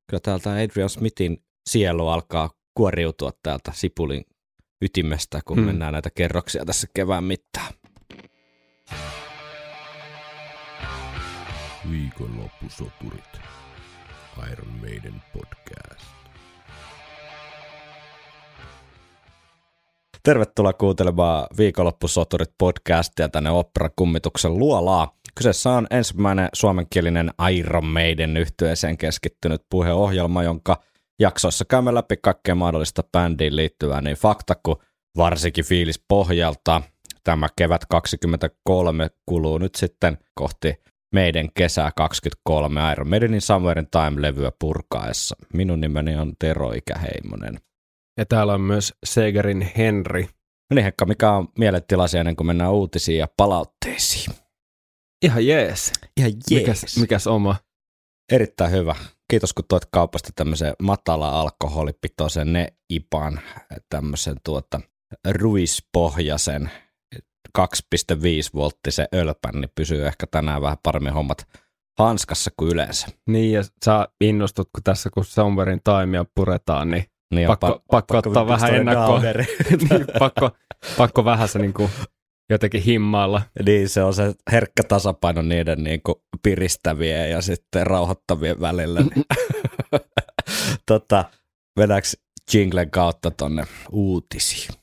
kyllä täältä Adrian Smithin sielu alkaa kuoriutua täältä sipulin ytimestä, kun mennään näitä kerroksia tässä kevään mittaan. Viikonloppusoturit. Iron Maiden podcast. Tervetuloa kuuntelemaan Viikonloppusoturit podcastia tänne Opera-kummituksen luolaa. Kyseessä on ensimmäinen suomenkielinen Iron Maiden -yhtyeeseen keskittynyt puheohjelma, jonka jaksoissa käymme läpi kaikkea mahdollista bändiin liittyvää niin fakta kuin varsinkin fiilispohjalta. Tämä kevät 23 kuluu nyt sitten kohti meidän kesää 23 Iron Maidenin Somewhere in Time-levyä purkaessa. Minun nimeni on Tero Ikäheimonen. Ja täällä on myös Segerin Henri. No niin, Hekka, mikä on mielentilasi ennen kuin mennään uutisiin ja palautteisiin? Ihan jees. Ihan jees. Mikäs oma? Erittäin hyvä. Kiitos, kun toit kaupasta tämmöisen matala-alkoholipitoisen ne-ipan, tämmöisen ruispohjaisen 2,5-volttisen ölpän, niin pysyy ehkä tänään vähän paremmin hommat hanskassa kuin yleensä. Niin, ja sä innostut, kun tässä kun Somewhere in Timea puretaan, niin pakko ottaa vähän ennakkoa. pakko vähän se niinku jotenkin himmailla. Niin, se on se herkkä tasapaino niiden niinku piristävien ja sitten rauhoittavien välillä. Mennäänkö jinglen kautta tonne uutisiin?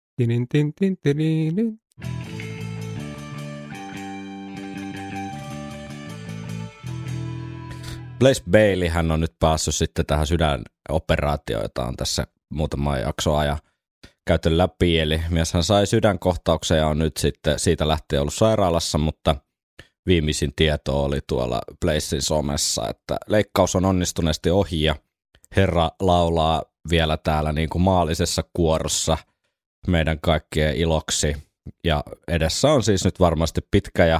Blaze Bayley hän on nyt päässyt sitten tähän sydänoperaatioon, jota on tässä muutama jaksoa ja käyty läpi. Eli mieshän sai sydänkohtauksen ja on nyt sitten siitä lähtien ollut sairaalassa, mutta viimeisin tieto oli tuolla Blazein somessa, että leikkaus on onnistuneesti ohi ja herra laulaa vielä täällä niin kuin maallisessa kuorossa meidän kaikkien iloksi. Ja edessä on siis nyt varmasti pitkä ja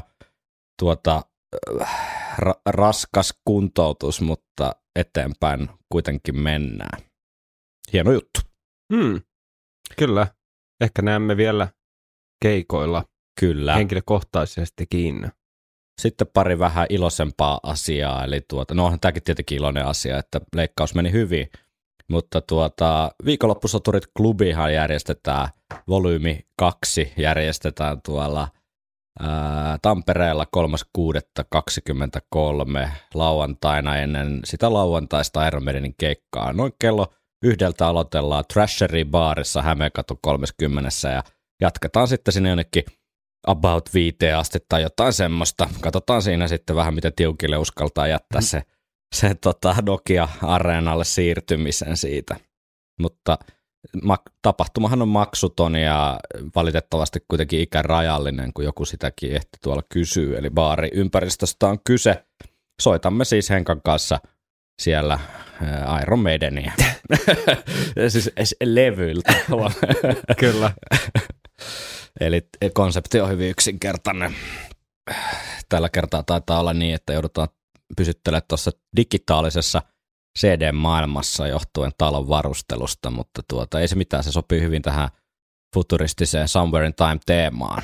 raskas kuntoutus, mutta eteenpäin kuitenkin mennään. Hieno juttu. Kyllä. Ehkä näemme vielä keikoilla. Kyllä. Henkilökohtaisestikin. Sitten pari vähän iloisempaa asiaa, eli onhan tämäkin tietenkin iloinen asia, että leikkaus meni hyvin, mutta Viikonloppusoturit klubihan järjestetään, volyymi 2 järjestetään tuolla Tampereella 3.6.23 lauantaina ennen sitä lauantaista Iron Maidenin keikkaa. Noin kello 1 aloitellaan Trashery baarissa Hämeenkatu 30 ja jatketaan sitten sinne jonnekin about 5 asti tai jotain semmoista. Katsotaan siinä sitten vähän miten tiukille uskaltaa jättää se Nokia-areenalle siirtymisen siitä. Mutta tapahtumahan on maksuton ja valitettavasti kuitenkin ikärajallinen, kun joku sitäkin ehti tuolla kysyy. Eli baariympäristöstä on kyse. Soitamme siis Henkan kanssa siellä Iron Maidenia. Siis levyltä. Kyllä. Eli konsepti on hyvin yksinkertainen. Tällä kertaa taitaa olla niin, että joudutaan pysyttelemään tuossa digitaalisessa CD-maailmassa johtuen talon varustelusta, mutta ei se mitään, se sopii hyvin tähän futuristiseen Somewhere in Time-teemaan.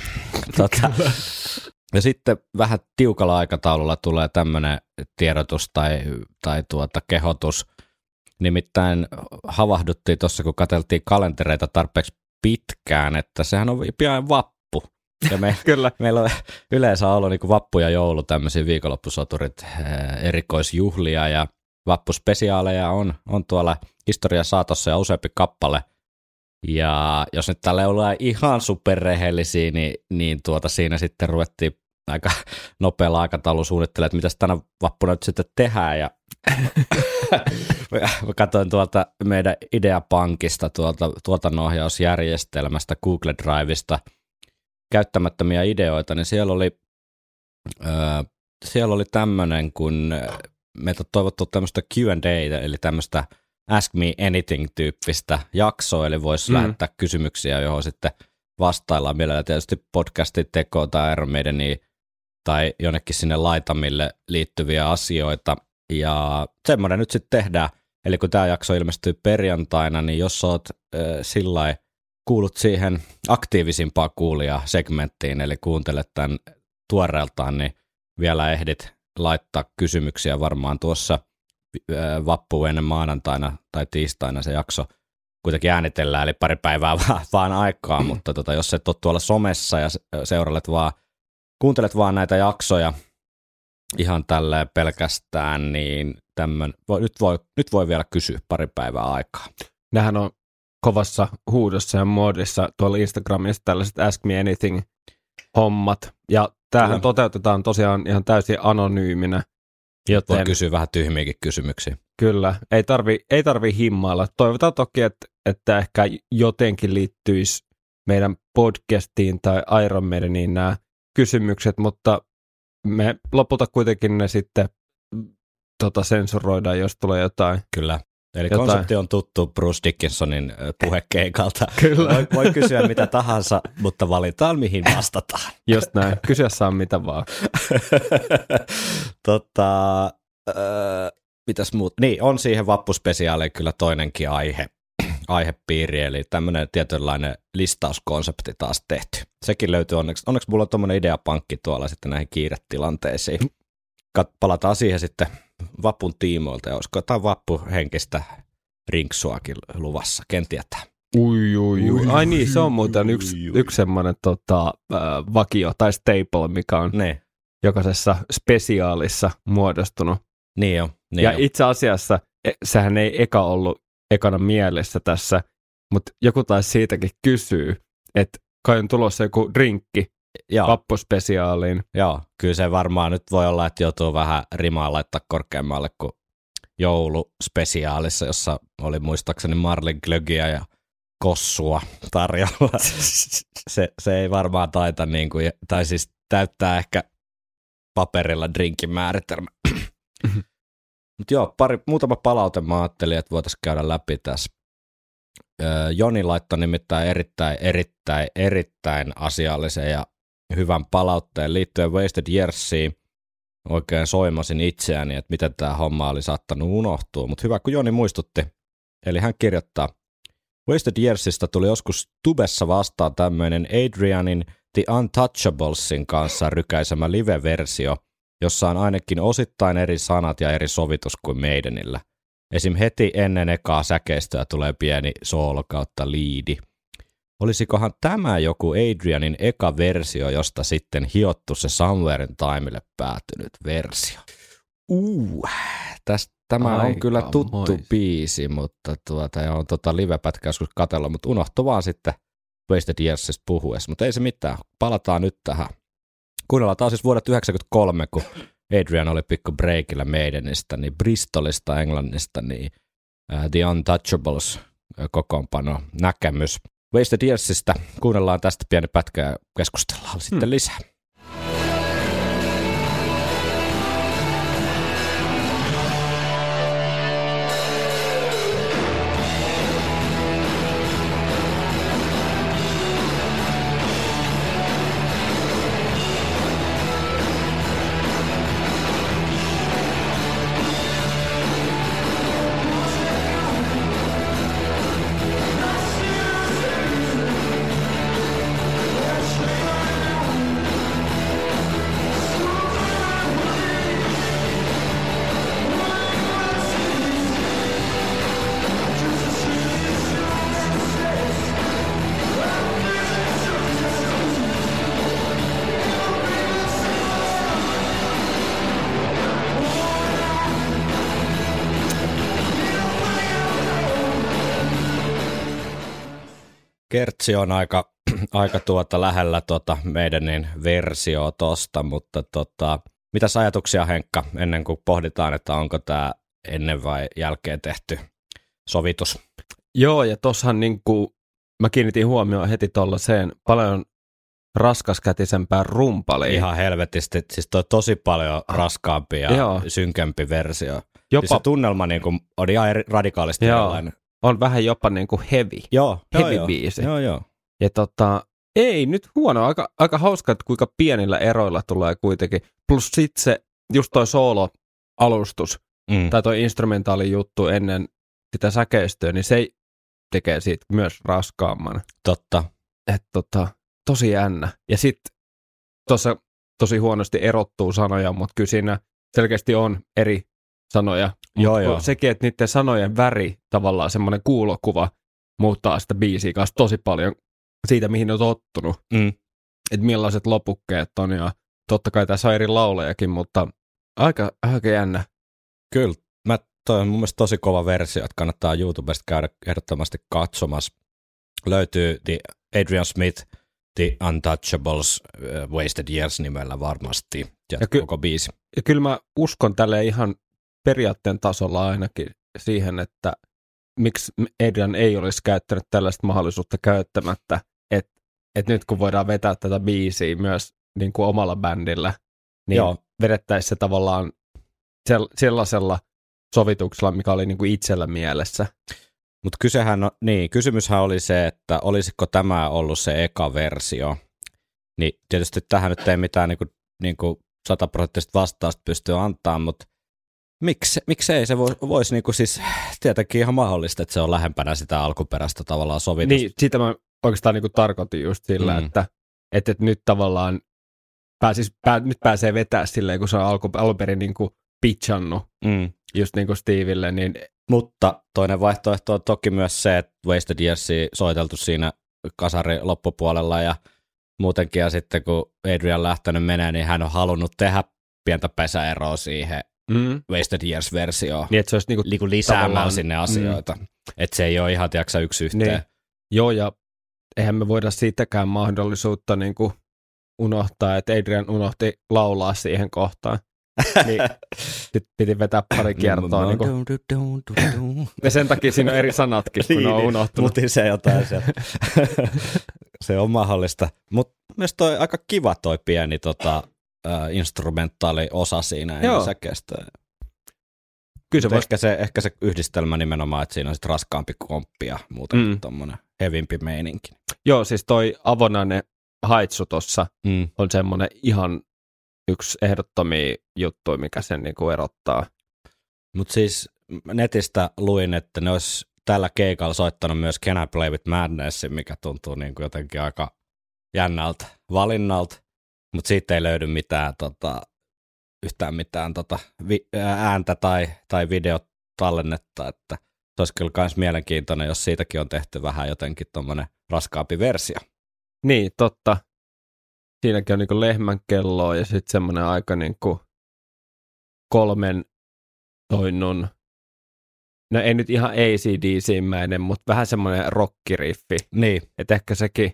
Ja sitten vähän tiukalla aikataululla tulee tämmöinen tiedotus tai kehotus. Nimittäin havahduttiin tuossa, kun katseltiin kalentereita tarpeeksi pitkään, että sehän on pian vappu. Ja meillä on yleensä ollut niin kuin vappu ja joulu tämmöisiä viikonloppusoturit erikoisjuhlia ja vappuspesiaaleja on tuolla historian saatossa ja useampi kappale. Ja jos nyt tälle ollaan ihan superrehellisiä, niin siinä sitten ruvettiin aika nopealla aikataululla suunnittelemaan, että mitäs tänä vappuna nyt sitten tehdään. Ja mä katsoin tuolta meidän Ideapankista, tuolta tuotannonohjausjärjestelmästä, Google Drivesta käyttämättömiä ideoita, niin siellä oli tämmöinen, kun meiltä on toivottu tämmöistä Q&A, eli tämmöistä Ask Me Anything-tyyppistä jaksoa, eli voisi lähettää kysymyksiä, johon sitten vastaillaan mielellä tietysti podcastin tekoon tai Iron Maideniin tai jonnekin sinne laitamille liittyviä asioita. Ja semmoinen nyt sitten tehdään. Eli kun tämä jakso ilmestyy perjantaina, niin jos oot sillai kuulut siihen aktiivisimpaan kuulijasegmenttiin, eli kuuntelet tämän tuoreeltaan, niin vielä ehdit laittaa kysymyksiä varmaan tuossa vappua ennen maanantaina tai tiistaina se jakso kuitenkin äänitellään, eli pari päivää vaan aikaa, mutta jos et ole tuolla somessa ja kuuntelet vaan näitä jaksoja ihan tälleen pelkästään, niin nyt voi vielä kysyä pari päivää aikaa. Nämähän on kovassa huudossa ja muodissa tuolla Instagramissa tällaiset Ask Me Anything-hommat, ja tämähän toteutetaan tosiaan ihan täysin anonyyminä. Joten voi kysyä vähän tyhmiäkin kysymyksiä. Kyllä, ei tarvi himmailla. Toivotaan toki, että ehkä jotenkin liittyisi meidän podcastiin tai Iron Maideniin nämä kysymykset, mutta me lopulta kuitenkin ne sitten sensuroidaan, jos tulee jotain. Kyllä. Eli konsepti on tuttu Bruce Dickinsonin puhekeikalta. Kyllä. Voi kysyä mitä tahansa, mutta valitaan mihin vastataan. Just näin. Kysyä saa mitä vaan. Mitäs muut? Niin, on siihen vappuspesiaaliin kyllä toinenkin aihepiiri, eli tämmöinen tietynlainen listauskonsepti taas tehty. Sekin löytyy onneksi mulla on tommoinen ideapankki tuolla sitten näihin kiiretilanteisiin. Palataan siihen sitten vapun tiimoilta, ja olisiko jotain vappuhenkistä rinksuakin luvassa, ken tietää. Ui. Ai niin, se on muuten yksi semmoinen vakio tai staple, mikä on jokaisessa spesiaalissa muodostunut. Niin jo. Itse asiassa sehän ei ollut ekana mielessä tässä, mutta joku taisi siitäkin kysyy, että kai on tulossa joku drinkki vappuspesiaaliin. Joo, kyllä se varmaan nyt voi olla, että joutuu vähän rimaa laittaa korkeammalle kuin jouluspesiaalissa, jossa oli muistaakseni Marlin Glögiä ja kossua tarjolla. se ei varmaan taita, tai siis täyttää ehkä paperilla drinkin määritelmä. Mutta joo, muutama palaute mä ajattelin, että voitaisiin käydä läpi tässä. Joni laittoi nimittäin erittäin asiallisen ja hyvän palautteen liittyen Wasted Yearsiin. Oikein soimasin itseäni, että miten tämä homma oli saattanut unohtua, mutta hyvä kun Joni muistutti. Eli hän kirjoittaa, Wasted Yearsista tuli joskus tubessa vastaan tämmöinen Adrianin The Untouchablesin kanssa rykäisemä live-versio, jossa on ainakin osittain eri sanat ja eri sovitus kuin Maidenillä. Esim. Heti ennen ekaa säkeistöä tulee pieni soolo kautta liidi. Olisikohan tämä joku Adrianin eka versio, josta sitten hiottu se Somewhere in Timelle päätynyt versio? Tämä on kyllä tuttu biisi, mutta on live-pätkä joskus katsella, mutta unohtui vaan sitten Wasted Yearsista puhuessa, mutta ei se mitään. Palataan nyt tähän. Kuunnellaan taas siis vuodet 1993, kun Adrian oli pikku breakillä Maidenistä, niin Bristolista, Englannista, niin The Untouchables kokoonpano näkemys. Wasted Yearsista kuunnellaan tästä pieni pätkä ja keskustellaan sitten lisää. Kertsi on aika lähellä meidän versiota tosta, mutta mitäs ajatuksia Henkka ennen kuin pohditaan, että onko tämä ennen vai jälkeen tehty sovitus? Joo, ja tossahan mä kiinnitin huomioon heti tuollaiseen paljon raskaskätisempään rumpaliin. Ihan helvetisti, siis toi tosi paljon raskaampi ja synkempi versio. Siis se tunnelma on ihan radikaalisti erilainen. On vähän jopa heavy biisi. Joo. Ja ei nyt huono, aika hauska, että kuinka pienillä eroilla tulee kuitenkin. Plus sit se, just toi solo-alustus, tai toi instrumentaali juttu ennen sitä säkeistöä, niin se tekee siitä myös raskaamman. Totta. Että tosi jännä. Ja sit tossa tosi huonosti erottuu sanoja, mutta kyllä siinä selkeästi on eri sanoja. Mutta sekin, että niiden sanojen väri, tavallaan semmoinen kuulokuva, muuttaa sitä biisiä kanssa tosi paljon siitä, mihin on tottunut. Että millaiset lopukkeet on, ja totta kai tässä on eri laulejakin, mutta aika jännä. Kyllä, toi on mun mielestä tosi kova versio, että kannattaa YouTubesta käydä ehdottomasti katsomassa. Löytyy Adrian Smith, The Untouchables, Wasted Years nimellä varmasti, ja koko biisi. Ja kyllä mä uskon tälle ihan periaatteen tasolla ainakin siihen, että miksi Adrian ei olisi käyttänyt tällaista mahdollisuutta käyttämättä, että nyt kun voidaan vetää tätä biisiä myös niin kuin omalla bändillä, niin vedettäisiin se tavallaan sellaisella sovituksella, mikä oli niin kuin itsellä mielessä. Mutta kysymyshän oli se, että olisiko tämä ollut se eka versio. Niin tietysti tähän nyt ei mitään niinku 100% vastausta pysty antamaan, mutta miksei se voisi niinku siis tietenkin ihan mahdollista, että se on lähempänä sitä alkuperäistä tavallaan sovitusta. Niin, sitä mä oikeastaan niinku tarkoitin just sillä, että nyt tavallaan nyt pääsee vetää silleen, kun se on alun perin niinku pitchannut just niin kuin Stevelle. Niin... Mutta toinen vaihtoehto on toki myös se, että Wasted Yearsia soiteltu siinä kasarin loppupuolella ja muutenkin, ja sitten kun Adrian lähtenyt menee, niin hän on halunnut tehdä pientä pesäeroa siihen Wasted Years-versioon. Niin, että se olisi niinku lisäämään sinne asioita. Että se ei ole ihan tiiäksä yksi yhteen. Niin. Joo, ja eihän me voida siitäkään mahdollisuutta niin kuin unohtaa, että Adrian unohti laulaa siihen kohtaan. Niin, nyt piti vetää pari kiertoa. Ja sen takia siinä on eri sanatkin, kun on unohtunut. Mutisee jotain se. Se on mahdollista. Mutta myös toi aika kiva toi pieni instrumentaali osa siinä ennen säkestä. Ehkä se yhdistelmä nimenomaan, että siinä on sit raskaampi komppi ja muutenkin tommonen hevimpi meininki. Joo, siis toi Avonainen haitsu tossa on semmonen ihan yksi ehdottomia juttuja, mikä sen niinku erottaa. Mutta siis netistä luin, että ne olisi tällä keikalla soittanut myös Can I Play With Madnessin, mikä tuntuu niinku jotenkin aika jännältä valinnalta, mutta siitä ei löydy mitään, yhtään mitään ääntä tai videotallennetta, että se olisi kyllä myös mielenkiintoinen, jos siitäkin on tehty vähän jotenkin tuommoinen raskaampi versio. Niin, totta. Siinäkin on niinku lehmän kelloa ja sitten semmoinen aika niinku 3 toinnun, no ei nyt ihan AC/DC-mäinen, mutta vähän semmoinen rockiriffi. Niin. Että ehkä sekin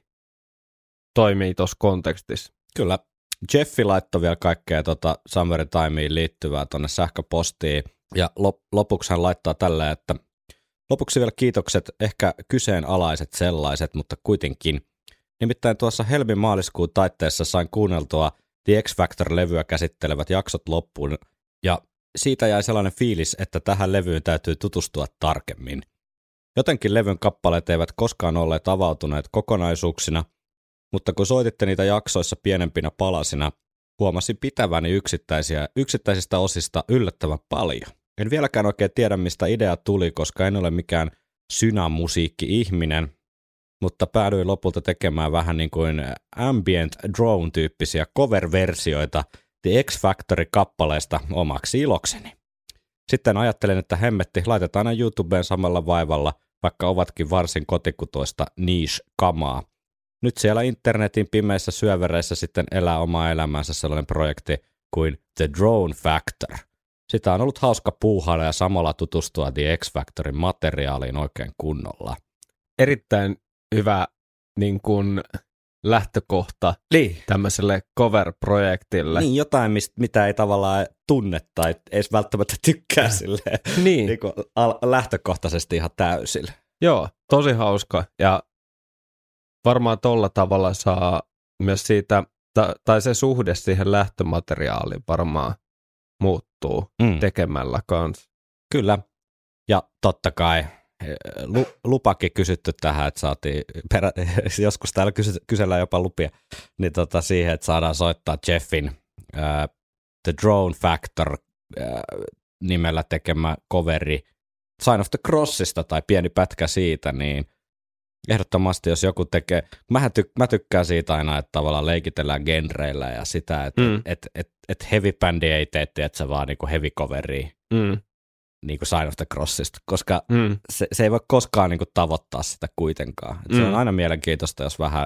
toimii tuossa kontekstissa. Kyllä. Jeffi laittoi vielä kaikkea Summertimeen liittyvää tuonne sähköpostiin ja lopuksi hän laittaa tällä, että lopuksi vielä kiitokset, ehkä kyseenalaiset sellaiset, mutta kuitenkin. Nimittäin tuossa helmi-maaliskuun taitteessa sain kuunneltua The X-Factor-levyä käsittelevät jaksot loppuun, ja siitä jäi sellainen fiilis, että tähän levyyn täytyy tutustua tarkemmin. Jotenkin levyn kappaleet eivät koskaan olleet avautuneet kokonaisuuksina, mutta kun soititte niitä jaksoissa pienempinä palasina, huomasin pitäväni yksittäisistä osista yllättävän paljon. En vieläkään oikein tiedä, mistä idea tuli, koska en ole mikään synamusiikki-ihminen, mutta päädyin lopulta tekemään vähän niin kuin ambient drone-tyyppisiä cover-versioita The X-Factory-kappaleista omaksi ilokseni. Sitten ajattelin, että hemmetti, laitetaan ne YouTubeen samalla vaivalla, vaikka ovatkin varsin kotikutoista niche-kamaa. Nyt siellä internetin pimeissä syövereissä sitten elää omaa elämäänsä sellainen projekti kuin The Drone Factor. Sitä on ollut hauska puuhailla ja samalla tutustua The X-Factorin materiaaliin oikein kunnolla. Erittäin hyvä niin kuin lähtökohta tämmöiselle cover-projektille. Niin, jotain, mitä ei tavallaan tunne tai ei välttämättä tykkää silleen, niin kuin lähtökohtaisesti ihan täysillä. Joo, tosi hauska ja varmaan tolla tavalla saa myös siitä, tai se suhde siihen lähtömateriaaliin varmaan muuttuu tekemällä kanssa. Kyllä, ja totta kai lupakin kysytty tähän, että saatiin, joskus täällä kysellään jopa lupia, niin siihen, että saadaan soittaa Jeffin The Drone Factor nimellä tekemä coveri Sign of the Crossista tai pieni pätkä siitä, niin ehdottomasti, jos joku tekee, mä tykkään siitä aina, että tavallaan leikitellään genreillä ja sitä, että et heavy bändi ei tee, että se vaan niinku heavy coveria. niin kuin Sign of the Crossista, koska se ei voi koskaan niin kuin tavoittaa sitä kuitenkaan. Se on aina mielenkiintoista, jos vähän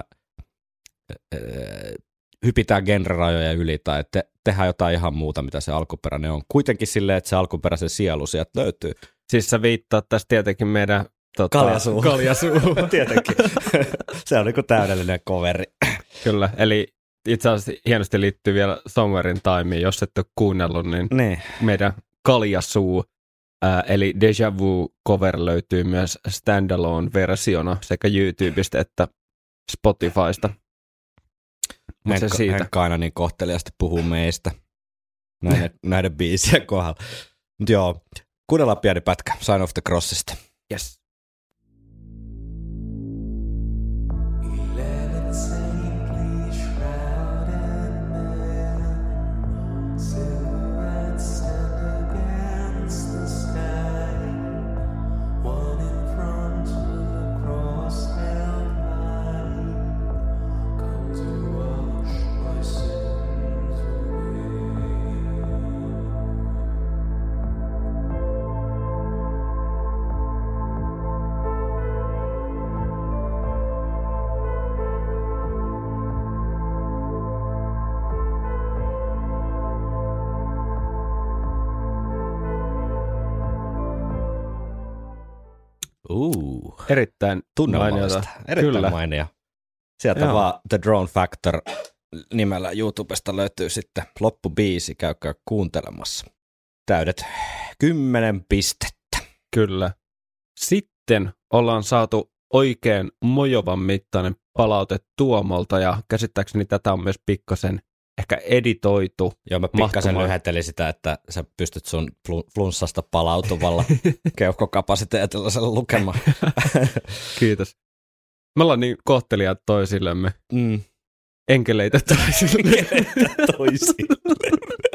hypitään genrerajoja yli tai tehdään jotain ihan muuta, mitä se alkuperäinen on. Kuitenkin silleen, että se alkuperäisen sielu sieltä löytyy. Siis sä viittaat tässä tietenkin meidän Kaljasuu. Tietenkin. Se on niin kuin täydellinen coveri. Kyllä, eli itse asiassa hienosti liittyy vielä Somewhere in Timeen, jos et ole kuunnellut, niin meidän Kaljasuu, eli Deja Vu cover löytyy myös standalone-versiona sekä YouTubesta että Spotifysta. Henkka aina niin kohteliasti puhuu meistä näiden biisien kohdalla. Mutta joo, kuunnellaan pieni pätkä Sign of the Crossista. Yes. Erittäin tunnelmallista. Erittäin mainio. Sieltä vaan The Drone Factor nimellä YouTubesta löytyy sitten loppubiisi, käykää kuuntelemassa. Täydet 10 pistettä. Kyllä. Sitten ollaan saatu oikein mojovan mittainen palaute Tuomolta ja käsittääkseni tätä on myös pikkasen ehkä editoitu. Joo, mä pikkasen lyhentelin sitä, että sä pystyt sun flunssasta palautuvalla keuhkokapasiteetilla sen lukemaan. Kiitos. Me ollaan niin kohteliaat toisillemme. Enkeleitä toisillemme.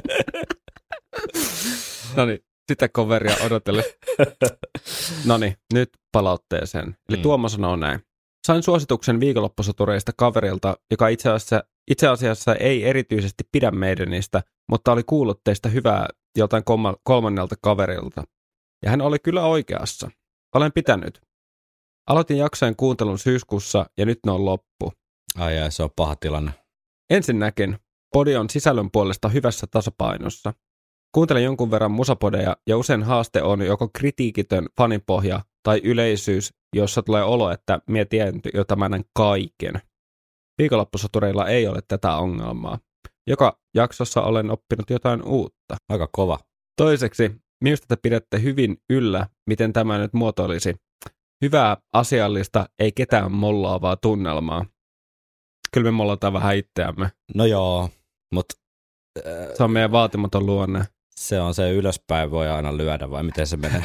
Noniin, sitä coveria odotelle. Noniin, nyt palautteeseen. Eli Tuomo sanoo näin. Sain suosituksen viikonloppusotureista kaverilta, joka itse asiassa ei erityisesti pidä meidänistä, mutta oli kuullut teistä hyvää joltain kolmannelta kaverilta. Ja hän oli kyllä oikeassa. Olen pitänyt. Aloitin jaksojen kuuntelun syyskuussa ja nyt ne on loppu. Ai, se on paha tilanne. Ensinnäkin, podi on sisällön puolesta hyvässä tasapainossa. Kuuntelen jonkun verran musapodeja ja usein haaste on joko kritiikitön fanipohja tai yleisyys, jossa tulee olo, että mie tiedän jo tämän kaiken. Viikonloppusotureilla ei ole tätä ongelmaa. Joka jaksossa olen oppinut jotain uutta. Aika kova. Toiseksi, minusta te pidätte hyvin yllä, miten tämä nyt muotoilisi. Hyvää, asiallista, ei ketään mollaavaa tunnelmaa. Kyllä me mollataan vähän itseämme. No joo, mutta se on meidän vaatimaton luonne. Se on se ylöspäin voi aina lyödä, vai miten se menee?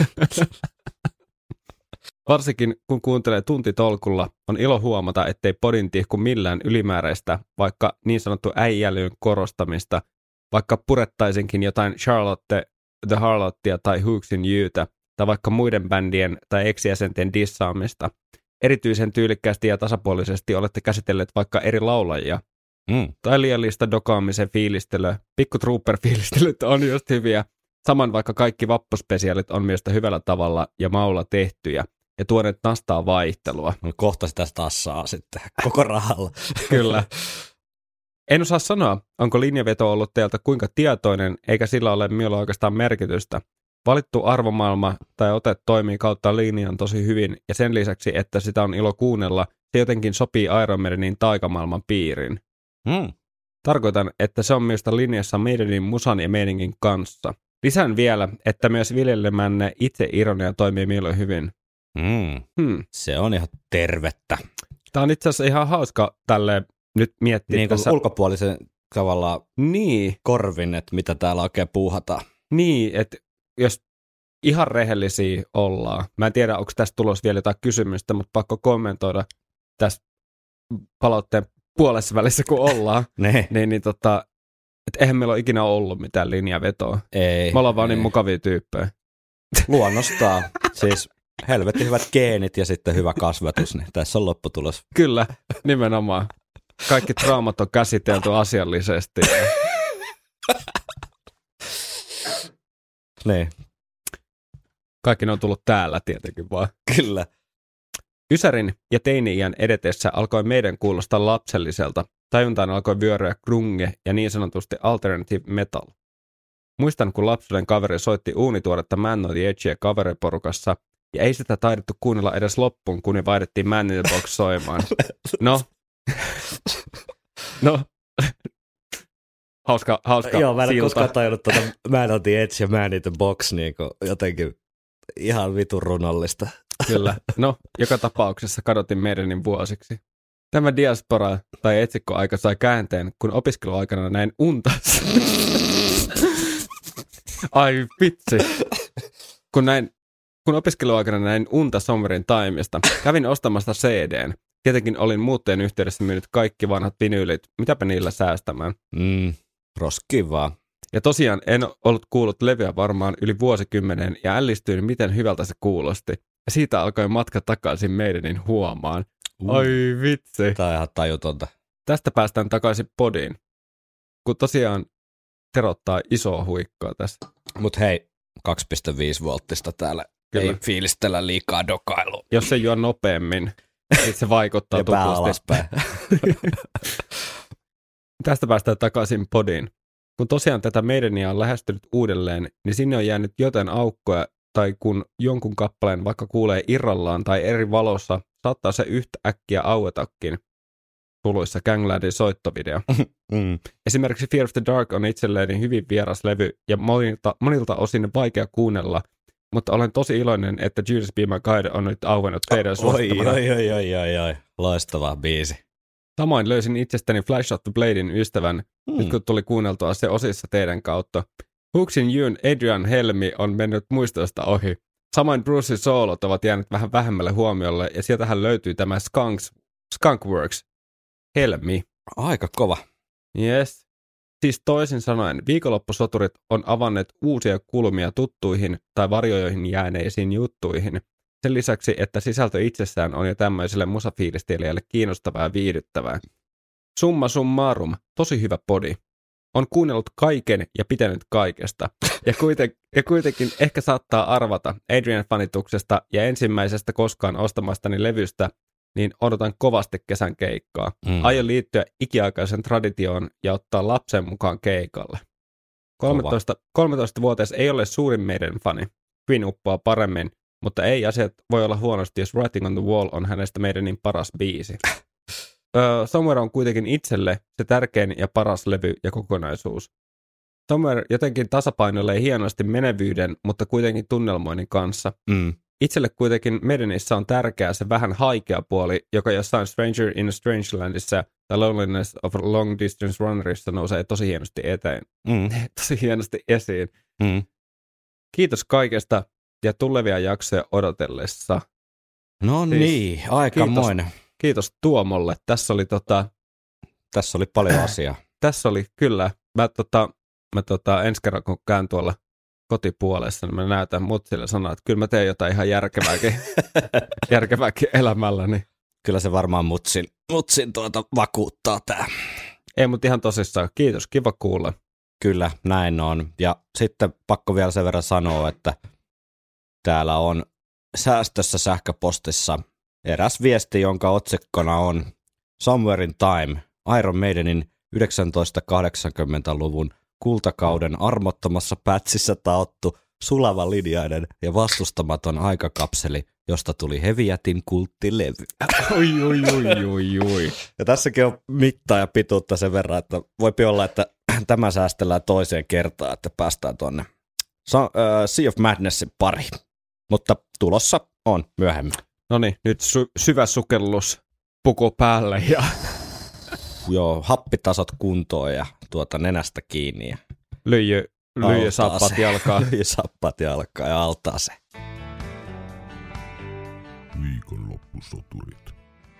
Varsinkin kun kuuntelee tuntitolkulla, on ilo huomata, ettei podin tihku millään ylimääräistä, vaikka niin sanottu äijälyyn korostamista, vaikka purettaisinkin jotain Charlotte the Harlottia tai Hooksin Youtä, tai vaikka muiden bändien tai ex-jäsenten dissaamista. Erityisen tyylikkäästi ja tasapuolisesti olette käsitelleet vaikka eri laulajia. Tai liiallista dokaamisen fiilistelyä. Pikku Trooper-fiilistelyt on just hyviä. Saman vaikka kaikki vappuspesiaalit on mielestä hyvällä tavalla ja maulla tehtyjä. Ja tuoneet nastaa vaihtelua. No kohta sitä taas saa sitten koko rahalla. Kyllä. En osaa sanoa, onko linjaveto ollut teiltä kuinka tietoinen, eikä sillä ole minulla oikeastaan merkitystä. Valittu arvomaailma tai ote toimii kautta linjan tosi hyvin, ja sen lisäksi, että sitä on ilo kuunnella, se jotenkin sopii Iron Maidenin taikamaailman piiriin. Tarkoitan, että se on minusta linjassa Maidenin musan ja meiningin kanssa. Lisään vielä, että myös viljelemänne itse-ironia toimii minulle hyvin. Se on ihan tervettä. Tämä on itse asiassa ihan hauska tälleen nyt miettiä. Niin tässä ulkopuolisen tavallaan korvin, että mitä täällä oikein puuhataan. Niin, että jos ihan rehellisiä ollaan. Mä en tiedä, onko tästä tulossa vielä jotain kysymystä, mutta pakko kommentoida tässä palautteen puolessa välissä, kun ollaan. että eihän meillä ole ikinä ollut mitään linjavetoa. Ei. Me ollaan vaan niin mukavia tyyppejä. Luonnostaan. Siis helvetin hyvät geenit ja sitten hyvä kasvatus, niin tässä on lopputulos. Kyllä, nimenomaan. Kaikki traumat on käsitelty asiallisesti. Niin. Kaikki ne on tullut täällä tietenkin vaan. Kyllä. Ysärin ja teini-iän edetessä alkoi meidän kuulostaa lapselliselta. Tajuntaan alkoi vyöryä grunge ja niin sanotusti alternative metal. Muistan, kun lapsuuden kaveri soitti uunituoretta Man on the Edgeä kaveriporukassa, ja ei sitä taidettu kuunnella edes loppuun, kun ne vaihdettiin Man in the Box soimaan. No. Hauska Joo, mä en silta. koskaan tajunnut tuota Man on the Edge ja Man in the Box niin jotenkin ihan vitun runollista. Kyllä. No, joka tapauksessa kadotin meidänin vuosiksi. Tämä diaspora tai etsikkoaika sai käänteen, kun opiskeluaikana näin unta. Ai vitsi. Kun opiskeluaikana näin unta Somewhere Timesta, kävin ostamasta CD:n. Tietenkin olin muutteen yhteydessä myynyt kaikki vanhat vinyylit. Mitäpä niillä säästämään? Roskiin vaan. Ja tosiaan en ollut kuullut levyä varmaan yli vuosikymmenen ja ällistyin, miten hyvältä se kuulosti. Ja siitä alkoi matka takaisin meidänin huomaan. Ai vitsi. Tämä on ihan tajutonta. Tästä päästään takaisin podiin. Kun tosiaan terottaa isoa huikkaa tässä. Mut hei, 2,5 volttista täällä. Kyllä. Ei fiilistellä liikaa dokailua. Jos se juo nopeammin, niin se vaikuttaa ja pää alaspäin. Tästä päästään takaisin podiin. Kun tosiaan tätä meidäniä on lähestynyt uudelleen, niin sinne on jäänyt jotain aukkoja, tai kun jonkun kappaleen vaikka kuulee irrallaan tai eri valossa, saattaa se yhtä äkkiä auetakin. Suluissa Ganglandin soittovideo. Esimerkiksi Fear of the Dark on itselleen hyvin vieras levy ja monilta osin vaikea kuunnella, mutta olen tosi iloinen, että Judas Be My Guide on nyt auennut teidän suosittamana. Oi. Loistava biisi. Samoin löysin itsestäni Flash of the Bladein ystävän, nyt kun tuli kuunneltua se osissa teidän kautta. Hooksin Jyn Adrian Helmi on mennyt muistoista ohi. Samoin Brucein soolot ovat jääneet vähän vähemmälle huomiolle, ja sieltähän löytyy tämä Skunkworks Helmi. Aika kova. Yes. Siis toisin sanoen, viikonloppusoturit on avanneet uusia kulmia tuttuihin tai varjoihin jääneisiin juttuihin. Sen lisäksi, että sisältö itsessään on jo tämmöiselle musafiilistelijälle kiinnostavaa ja viihdyttävää. Summa summarum, tosi hyvä podi. On kuunnellut kaiken ja pitänyt kaikesta. Ja kuitenkin ehkä saattaa arvata Adrian-fanituksesta ja ensimmäisestä koskaan ostamastani levystä, niin odotan kovasti kesän keikkaa. Aion liittyä ikiaikaisen traditioon ja ottaa lapsen mukaan keikalle. 13-vuotias ei ole suurin meidän fani. Queen uppoaa paremmin, mutta ei asiat voi olla huonosti, jos Writing on the Wall on hänestä meidänin paras biisi. Somewhere on kuitenkin itselle se tärkein ja paras levy ja kokonaisuus. Somewhere jotenkin tasapainoilee hienosti menevyyden, mutta kuitenkin tunnelmoinnin kanssa. Itselle kuitenkin Medenissä on tärkeää se vähän haikea puoli, joka jossain Stranger in a Strangelandissa tai Loneliness of a Long Distance Runnerissa nousee tosi hienosti tosi hienosti esiin. Kiitos kaikesta ja tulevia jaksoja odotellessa. No niin, aikamoinen. Kiitos Tuomolle. Tässä oli paljon asiaa. Tässä oli kyllä. Mä ensi kerran kun käyn tuolla kotipuolessa, niin mä näytän mutsille sanoa, että kyllä mä teen jotain ihan järkevääkin elämälläni. Kyllä se varmaan mutsin vakuuttaa tää. Ei, mutta ihan tosissaan. Kiitos, kiva kuulla. Kyllä, näin on. Ja sitten pakko vielä sen verran sanoa, että täällä on säästössä sähköpostissa eräs viesti, jonka otsikkona on Somewhere in Time, Iron Maidenin 1980-luvun kultakauden armottomassa pätsissä taottu sulava linjainen ja vastustamaton aikakapseli, josta tuli Heviätin kulttilevy. Oi. Ja tässäkin on mittaa ja pituutta sen verran, että voipi olla, että tämä säästellään toiseen kertaan, että päästään tuonne Sea of Madnessin pariin. Mutta tulossa on myöhemmin. No niin, nyt syvä sukellus puku päälle ja joo, happitasot kuntoon ja nenästä kiinni. Ja lyijy sappat jalkaa. Lyijy sappat jalkaa ja altaa se. Viikonloppusoturit.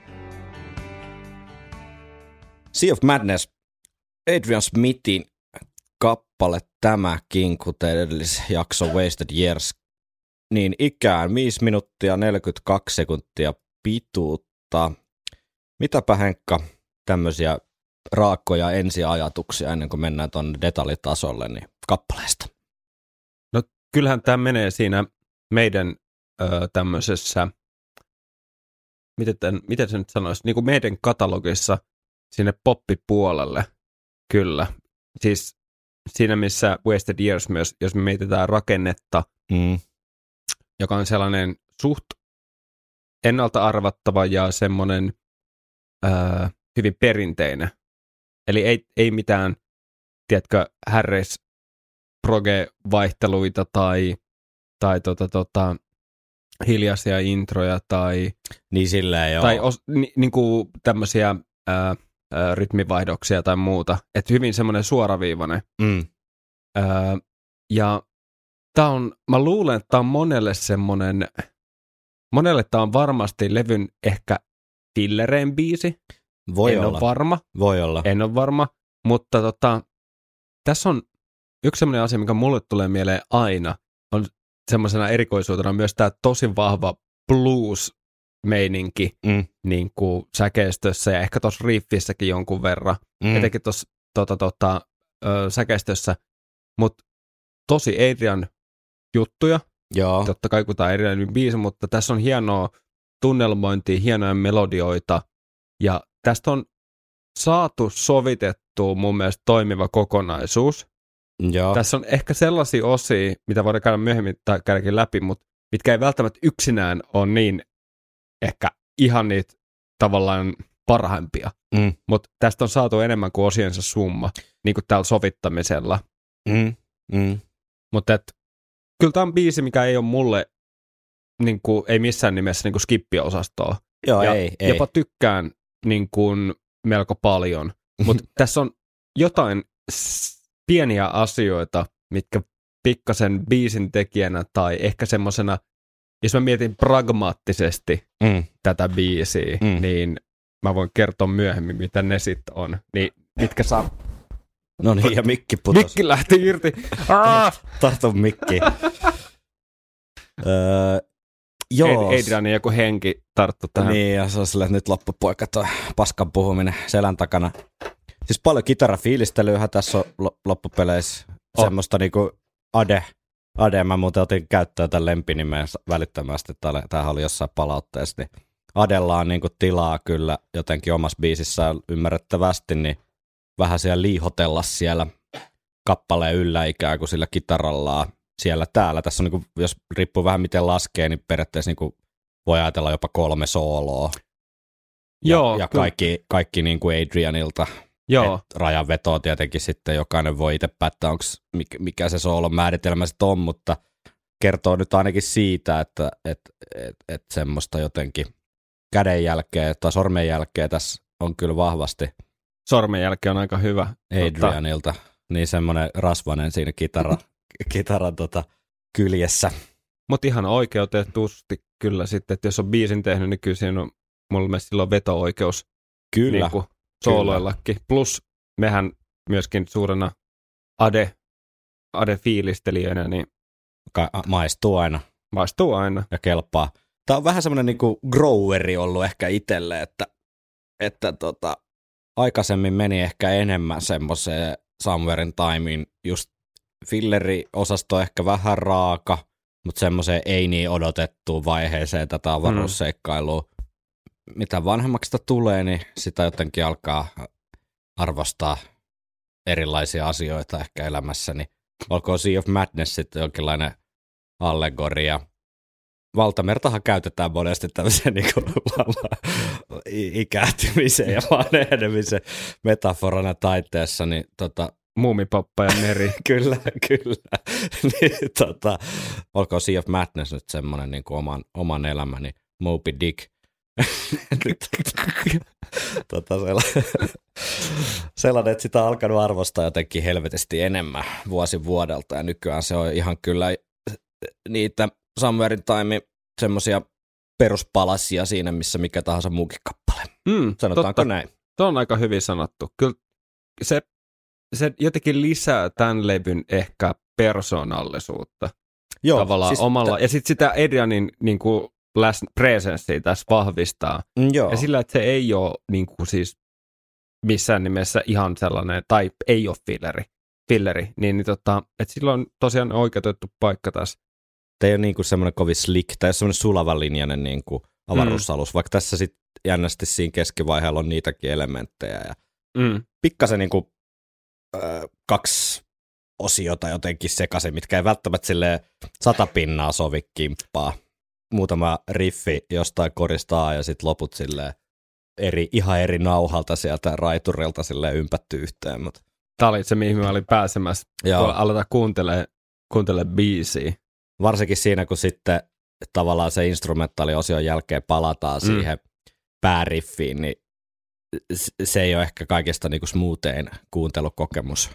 Sea of Madness, Adrian Smithin kappale tämäkin, kuten edellisjakso Wasted Years, niin ikään 5 minuuttia 42 sekuntia pituutta. Mitäpä Henkka tämmöisiä raakkoja ensiajatuksia ennen kuin mennään tuonne detaljitasolle niin kappaleesta? No kyllähän tämä menee siinä meidän tämmöisessä, miten se nyt sanoisi, niin kuin meidän katalogissa sinne poppipuolelle, kyllä. Siis siinä, missä Wasted Years myös, jos me mietitään rakennetta, joka on sellainen suht ennalta arvattava ja semmoinen hyvin perinteinen. Eli ei mitään, tiedätkö, proge-vaihteluita tai hiljaisia introja tai niin silleen joo. Tai niinku tämmöisiä rytmivaihdoksia tai muuta. Että hyvin semmoinen suoraviivainen. Ja tää on, mä luulen, että tää on monelle tää on varmasti levyn ehkä fillereen biisi. Voi olla. En ole varma, mutta tässä on yksi semmoinen asia, mikä mulle tulee mieleen aina, on semmoisena erikoisuutena myös tämä tosi vahva blues-meininki niin kuin säkeistössä ja ehkä tuossa riffissäkin jonkun verran, etenkin tuossa säkeistössä, mutta tosi Adrian juttuja, joo. Totta kai kun tämä on Adrianin biisi, mutta tässä on hienoa tunnelmointia, hienoja melodioita ja tästä on saatu sovitettua mun mielestä toimiva kokonaisuus. Joo. Tässä on ehkä sellaisia osia, mitä voidaan käydä myöhemmin tai käydäkin läpi, mutta mitkä ei välttämättä yksinään ole niin ehkä ihan niitä tavallaan parhaimpia. Mutta tästä on saatu enemmän kuin osiensa summa, niin kuin täällä sovittamisella. Mutta kyllä tämä on biisi, mikä ei ole mulle niin kuin, ei missään nimessä niin kuin skippi-osastoa. Joo, ja ei. Jopa tykkään niin kuin melko paljon. Mutta tässä on jotain pieniä asioita, mitkä pikkasen biisin tekijänä tai ehkä semmosena, jos mä mietin pragmaattisesti tätä biisiä, niin mä voin kertoa myöhemmin, mitä ne sitten on. Niin, mitkä saa... No niin, ja mikki putosi. Mikki lähti irti. Tartu mikkiin. Joo. Adrianin joku henki tarttu tähän. Niin, ja se on silleen, että nyt loppupoika toi paskan puhuminen selän takana. Siis paljon kitarafiilistelyähän tässä on loppupeleissä. Semmoista niinku Ade, mä muuten otin käyttöön tämän lempinimen välittömästi. Tämähän oli jossain palautteessa. Niin Adella on niinku tilaa kyllä jotenkin omassa biisissään ymmärrettävästi, niin vähän siellä liihotella siellä kappaleen yllä ikään kuin sillä kitarallaan siellä täällä. Tässä on niinku, jos riippuu vähän miten laskee, niin periaatteessa niinku voi ajatella jopa 3 sooloa. Joo, ja kaikki niin kuin Adrianilta. Joo. Rajanvetoa tietenkin sitten jokainen voi itse päättää, onko mikä se soolon määritelmä sitten on, mutta kertoo nyt ainakin siitä, että semmoista jotenkin kädenjälkeä tai sormenjälkeä tässä on kyllä vahvasti. Sormenjälki on aika hyvä. Adrianilta, niin semmoinen rasvainen siinä kitaran kyljessä. Mutta ihan oikeutetusti kyllä sitten, että jos on biisin tehnyt, niin kyllä siinä on mulla mielestä silloin veto-oikeus. Kyllä. Niin kuin sooloillakin. Plus mehän myöskin suurena Ade-fiilistelijöinä, niin maistuu aina. Maistuu aina. Ja kelpaa. Tämä on vähän semmoinen niinku groweri ollut ehkä itselle, että aikaisemmin meni ehkä enemmän semmoiseen Somewhere in Timeen, just filleri-osasto ehkä vähän raaka, mutta semmoiseen ei niin odotettuun vaiheeseen tätä avaruusseikkailua. Mitä vanhemmaksi sitä tulee, niin sitä jotenkin alkaa arvostaa erilaisia asioita ehkä elämässä, niin olkoon Sea of Madness sitten jonkinlainen allegoria. Valtamertahan käytetään monesti tämmöisen niin ikääntymisen ja vanhenemisen metaforana taiteessa, niin Muumipappa ja meri. Kyllä. niin, olkoon Sea of Madness nyt semmoinen niin kuin oman elämäni Moby Dick. Sellainen, että sitä on alkanut arvostaa jotenkin helvetisti enemmän vuosi vuodelta, ja nykyään se on ihan kyllä niitä Somewhere in Time semmoisia peruspalasia siinä, missä mikä tahansa muukin kappale. Sanotaanko totta. Näin? Se on aika hyvin sanottu. Kyllä se jotenkin lisää tämän levyn ehkä persoonallisuutta. Joo, tavallaan siis omalla. Ja sitten sitä Adrianin niin kuin presenssiä tässä vahvistaa. Joo. Ja sillä, että se ei ole niin kuin siis missään nimessä ihan sellainen, tai ei ole filleri, niin että sillä on tosiaan oikeutettu paikka tässä Tämä ei ole niin kuin semmoinen kovin slick, tai semmoinen sulavanlinjainen niin kuin avaruusalus, vaikka tässä sitten jännästi siinä keskivaiheella on niitäkin elementtejä. Ja pikkasen niin kuin, 2 osiota jotenkin sekaisin, mitkä ei välttämättä 100% sovi kimppaa. Muutama riffi jostain koristaa ja sitten loput ihan eri nauhalta sieltä raiturilta ympätty yhteen. Mutta. Tämä oli se, mihin mä olin pääsemässä, kun aletaan kuuntele biisiä. Varsinkin siinä, kun sitten tavallaan se instrumentaaliosion jälkeen palataan siihen pääriffiin, niin se ei ole ehkä kaikista niinku smoothein kuuntelukokemus.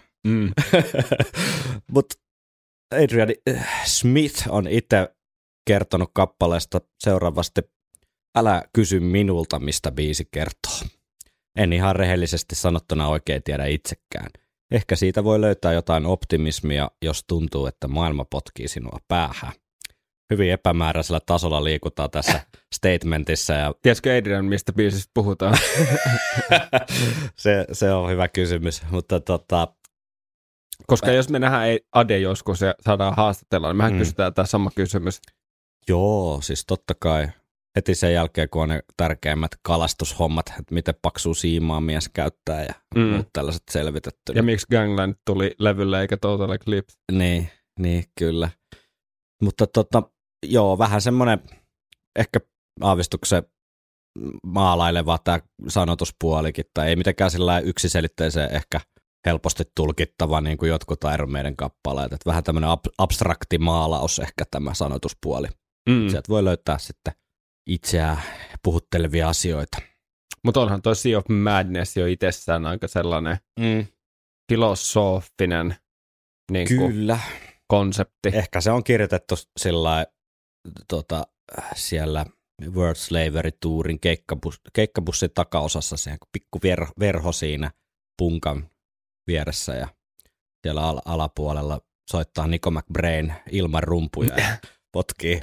Mutta Adrian Smith on itse kertonut kappaleesta seuraavasti: älä kysy minulta, mistä biisi kertoo. En ihan rehellisesti sanottuna oikein tiedä itsekään. Ehkä siitä voi löytää jotain optimismia, jos tuntuu, että maailma potkii sinua päähän. Hyvin epämääräisellä tasolla liikutaan tässä statementissa. Ja tiedätkö Adrian, mistä biisistä puhutaan? se on hyvä kysymys, mutta koska jos me nähdään Ade joskus ja saadaan haastatella, niin mehän kysytään tämä sama kysymys. Joo, siis totta kai. Heti sen jälkeen, kun on ne tärkeimmät kalastushommat, että miten paksua siimaa mies käyttää ja muut tällaiset selvitetty. Ja miksi Gangland tuli levylle eikä Total Eclipse? Niin, kyllä. Mutta joo, vähän semmoinen ehkä aavistuksen maalaileva tämä sanotuspuolikin, tai ei mitenkään sillä yksiselitteisen ehkä helposti tulkittava niin kuin jotkut Iron Maiden kappaleet. Että vähän tämmöinen abstrakti maalaus ehkä tämä sanotuspuoli. Sieltä voi löytää sitten itseään puhuttelevia asioita. Mutta onhan toi Sea of Madness jo itsessään aika sellainen filosofinen niin kyllä konsepti. Ehkä se on kirjoitettu sillä siellä World Slavery Tourin keikkabussin takaosassa, se pikku verho siinä punkan vieressä ja siellä alapuolella soittaa Nico McBrain ilman rumpuja ja potkii.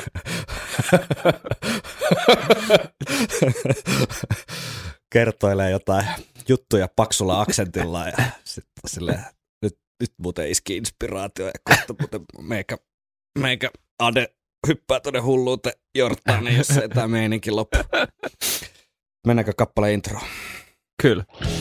Kertoilee jotain juttuja paksulla aksentilla ja sitten silleen, nyt muuten iski inspiraatio ja kohta muuten meikä Ade hyppää tuonne hulluuteen Jordaaniin, jos ei tämä meininki loppu. Mennäänkö kappaleen introon? Kyllä.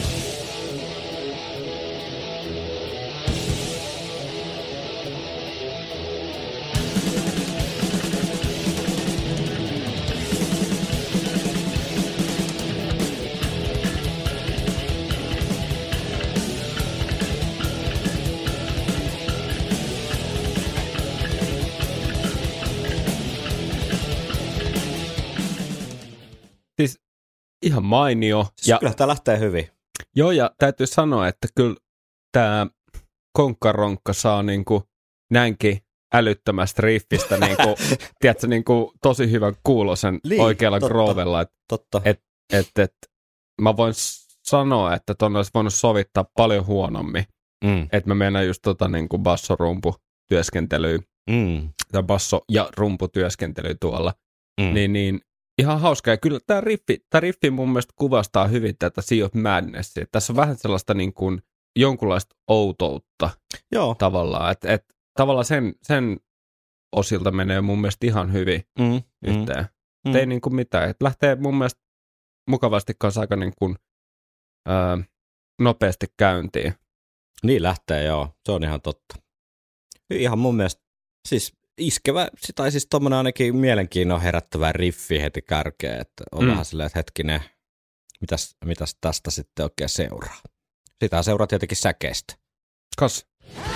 Siis ihan mainio. Siis kyllä tämä lähtee hyvin. Joo, ja täytyy sanoa, että kyllä tämä konkkaronkka saa niinku näinkin älyttömästä riffistä niinku, tiedätkö, niinku tosi hyvän kuulosen oikealla groovella. Totta. Mä voin sanoa, että ton olisi voinut sovittaa paljon huonommin. Että mä menen just niinku bassorumputyöskentelyyn, tai basso- ja rumputyöskentelyyn tuolla. Niin ihan hauska. Ja kyllä tämä riffi mun mielestä kuvastaa hyvin tätä Sea of Madnessia. Tässä on vähän sellaista niin kuin jonkunlaista outoutta. Joo. Tavallaan. Että tavallaan sen osilta menee mun mielestä ihan hyvin yhteen. Ei niin kuin mitään. Et lähtee mun mielestä mukavasti kanssa aika niin kuin, nopeasti käyntiin. Niin lähtee, joo. Se on ihan totta. Ihan mun mielestä siis iskevä, tai siis tommoinen ainakin mielenkiinnon herättävä riffi heti kärkeen, että on vähän silleen, että hetkinen, mitäs tästä sitten oikein seuraa. Sitä seuraa tietenkin säkeistä. Kas.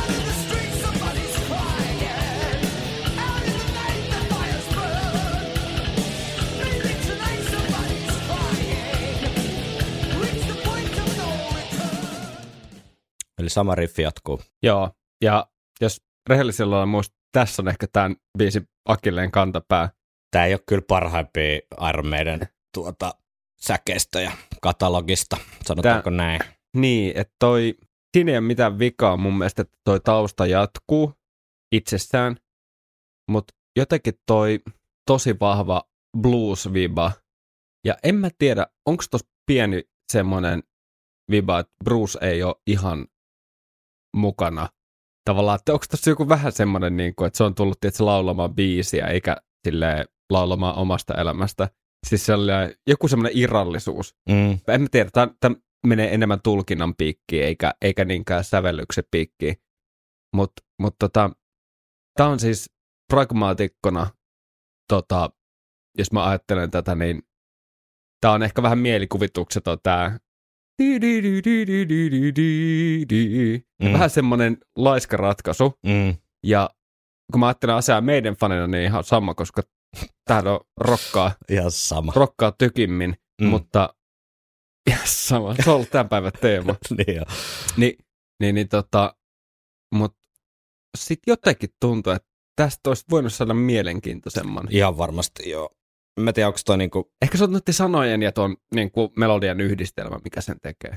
Eli sama riffi jatkuu. Joo, ja jos rehellisellä on muista, tässä on ehkä tämän biisin akilleen kantapää. Tämä ei ole kyllä parhaimpia Iron Maiden säkeistöjä katalogista, sanotaanko näin. Niin, että siinä ei ole mitään vikaa mun mielestä, että toi tausta jatkuu itsessään, mutta jotenkin toi tosi vahva blues-viba. Ja en mä tiedä, onko tuossa pieni semmoinen viba, että Bruce ei ole ihan mukana tavallaan, että onko tässä joku vähän semmoinen, niin kuin, että se on tullut tietysti laulamaan biisiä, eikä silleen laulamaan omasta elämästä. Siis joku semmoinen irrallisuus. En mä tiedä, tämä menee enemmän tulkinnan piikkiin, eikä niinkään sävellyksen piikkiin. Mutta tämä on siis pragmaatikkona, jos mä ajattelen tätä, niin tämä on ehkä vähän mielikuvitukseton tämä. Vähän semmoinen laiska ratkaisu. Ja kun mä ajattelen asiaa meidän fanina, niin ihan sama, koska tähän on rokkaa tykimmin, mutta sama, se on ollut tämän päivän teema. Mutta sitten jotenkin tuntuu, että tästä olisi voinut saada mielenkiintoisemman. Ihan varmasti, joo. Mä tiedän, onko toi niinku... Ehkä se on noiden sanojen ja tuon niinku melodian yhdistelmä, mikä sen tekee.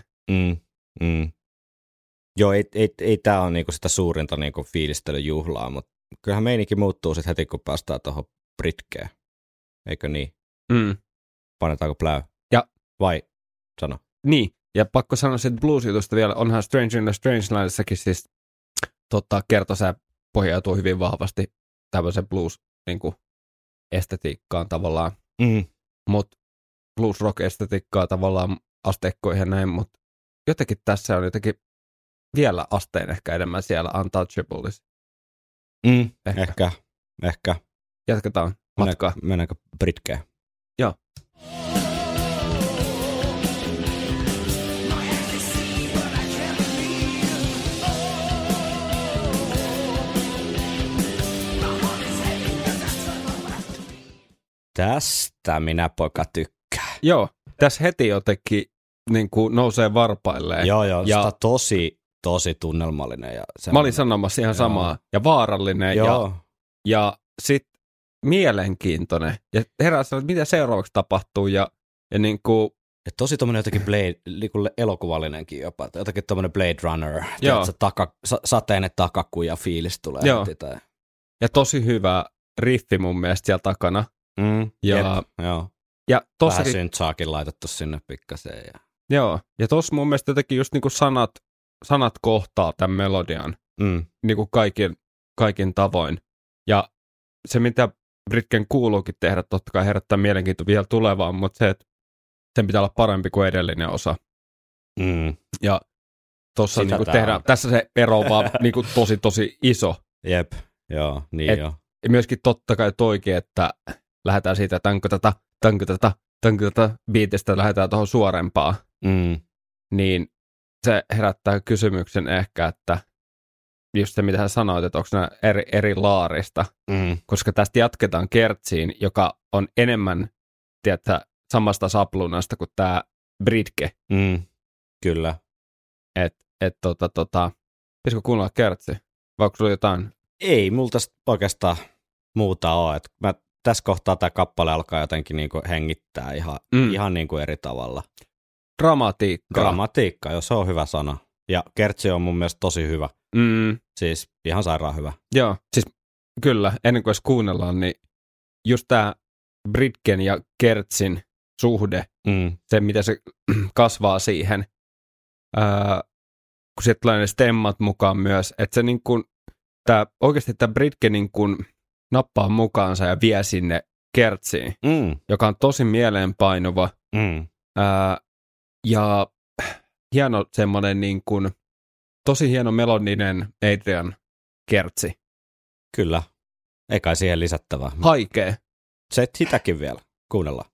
Joo, ei tää ole niinku sitä suurinta niinku fiilistelyjuhlaa, mutta kyllähän meininki muuttuu sitten heti, kun päästään tuohon Britkeen. Eikö niin? Painetaanko pläy? Ja. Vai sano? Niin, ja pakko sanoa siitä blues-jutusta vielä. Onhan Stranger in the Strangelandissakin siis kertosää pohjautuu hyvin vahvasti tämmöisen blues-estetiikkaan tavallaan. Mutta blues-rock-estetiikkaa tavallaan asteikkoihin ja näin, mutta jotenkin tässä on jotenkin vielä asteen ehkä enemmän siellä Untouchables. Ehkä. Jatketaan matkaa. Mennäänkö Britkeen? Joo. Tästä minä poika tykkään. Joo, tässä heti jotenkin niin kuin nousee varpailleen. Joo, ja tosi tunnelmallinen. Ja mä olin sanomassa ihan samaa. Ja vaarallinen. Ja sitten mielenkiintoinen. Ja herää sanoa, että mitä seuraavaksi tapahtuu. Ja niin kuin... Ja tosi tommoinen jotenkin elokuvallinenkin jopa. Jotenkin tommoinen Blade Runner. Sateinen takakuja fiilis tulee. Joo. Ja tosi hyvä riffi mun mielestä siellä takana. Ja tossakin... Vähän syntsaakin laitettu sinne pikkasen. Joo, ja tossa mun mielestä jotenkin just niinku sanat kohtaa tämän melodian niinku kaikin tavoin. Ja se, mitä Britken kuuluukin tehdä, totta kai herättää mielenkiintoa vielä tulevaan, mutta se, että sen pitää olla parempi kuin edellinen osa. Ja tossa niinku tehdään, tässä se ero on vaan niinku tosi iso. Jep, joo, niin joo. Ja myöskin totta kai toikin, että lähdetään siitä tätä biitistä, lähdetään tuohon suorempaan. Niin se herättää kysymyksen ehkä, että just se, mitä sä sanoit, että onko nämä eri laarista, koska tästä jatketaan kertsiin, joka on enemmän, tiedätkö, samasta saplunasta kuin tämä Britke. Kyllä. Pitäisikö kuunnella kertsi? Vai onko sulla jotain? Ei, mulla tästä oikeastaan muuta ole. Tässä kohtaa tämä kappale alkaa jotenkin niinku hengittää ihan niinku eri tavalla. Dramatiikka, jos se on hyvä sana. Ja kertsi on mun mielestä tosi hyvä. Siis ihan sairaan hyvä. Joo, siis kyllä, ennen kuin edes kuunnellaan, niin just tämä Britken ja kertsin suhde, se mitä se kasvaa siihen, kun sitten tulee ne stemmat mukaan myös, että se niin kuin, oikeasti tämä Britke niin kuin nappaa mukaansa ja vie sinne kertsiin, joka on tosi mieleenpainuva. Ja hieno semmoinen niin kuin, tosi hieno melodinen Adrian kertsi. Kyllä. Ei kai siihen lisättävää. Haikee. Se sitäkin vielä. Kuunnellaan.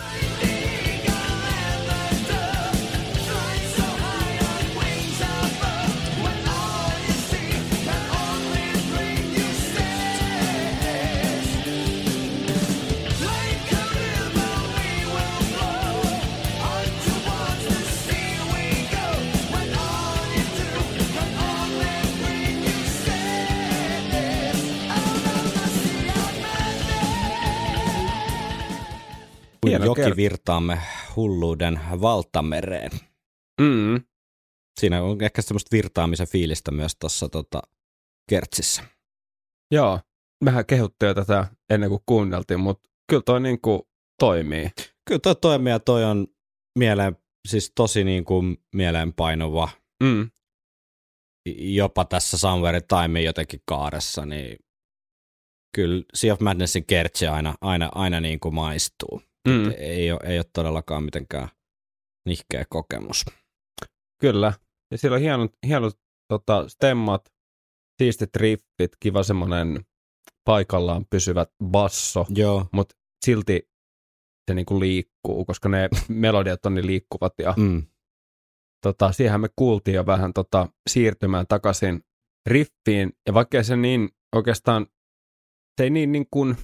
Jokivirtaamme hulluuden valtamereen. Siinä on ehkä semmoista virtaamisen fiilistä myös tuossa kertsissä. Joo, mehän kehuttiin tätä ennen kuin kuunneltiin, mutta kyllä toi niin kuin toimii. Kyllä toi toimii ja toi on siis tosi niin kuin mieleenpainuva. jopa tässä Somewhere in Time jotenkin kaaressa, niin kyllä Sea of Madnessin kertsi aina niin kuin maistuu. Ei ole todellakaan mitenkään nihkeä kokemus. Kyllä. Ja siellä on hienot stemmat, siistit riffit, kiva semmoinen paikallaan pysyvät basso, mutta silti se niinku liikkuu, koska ne melodiat on niin liikkuvat. Ja siihen me kuultiin jo vähän siirtymään takaisin riffiin, ja vaikka se niin oikeastaan, se ei niin kuin,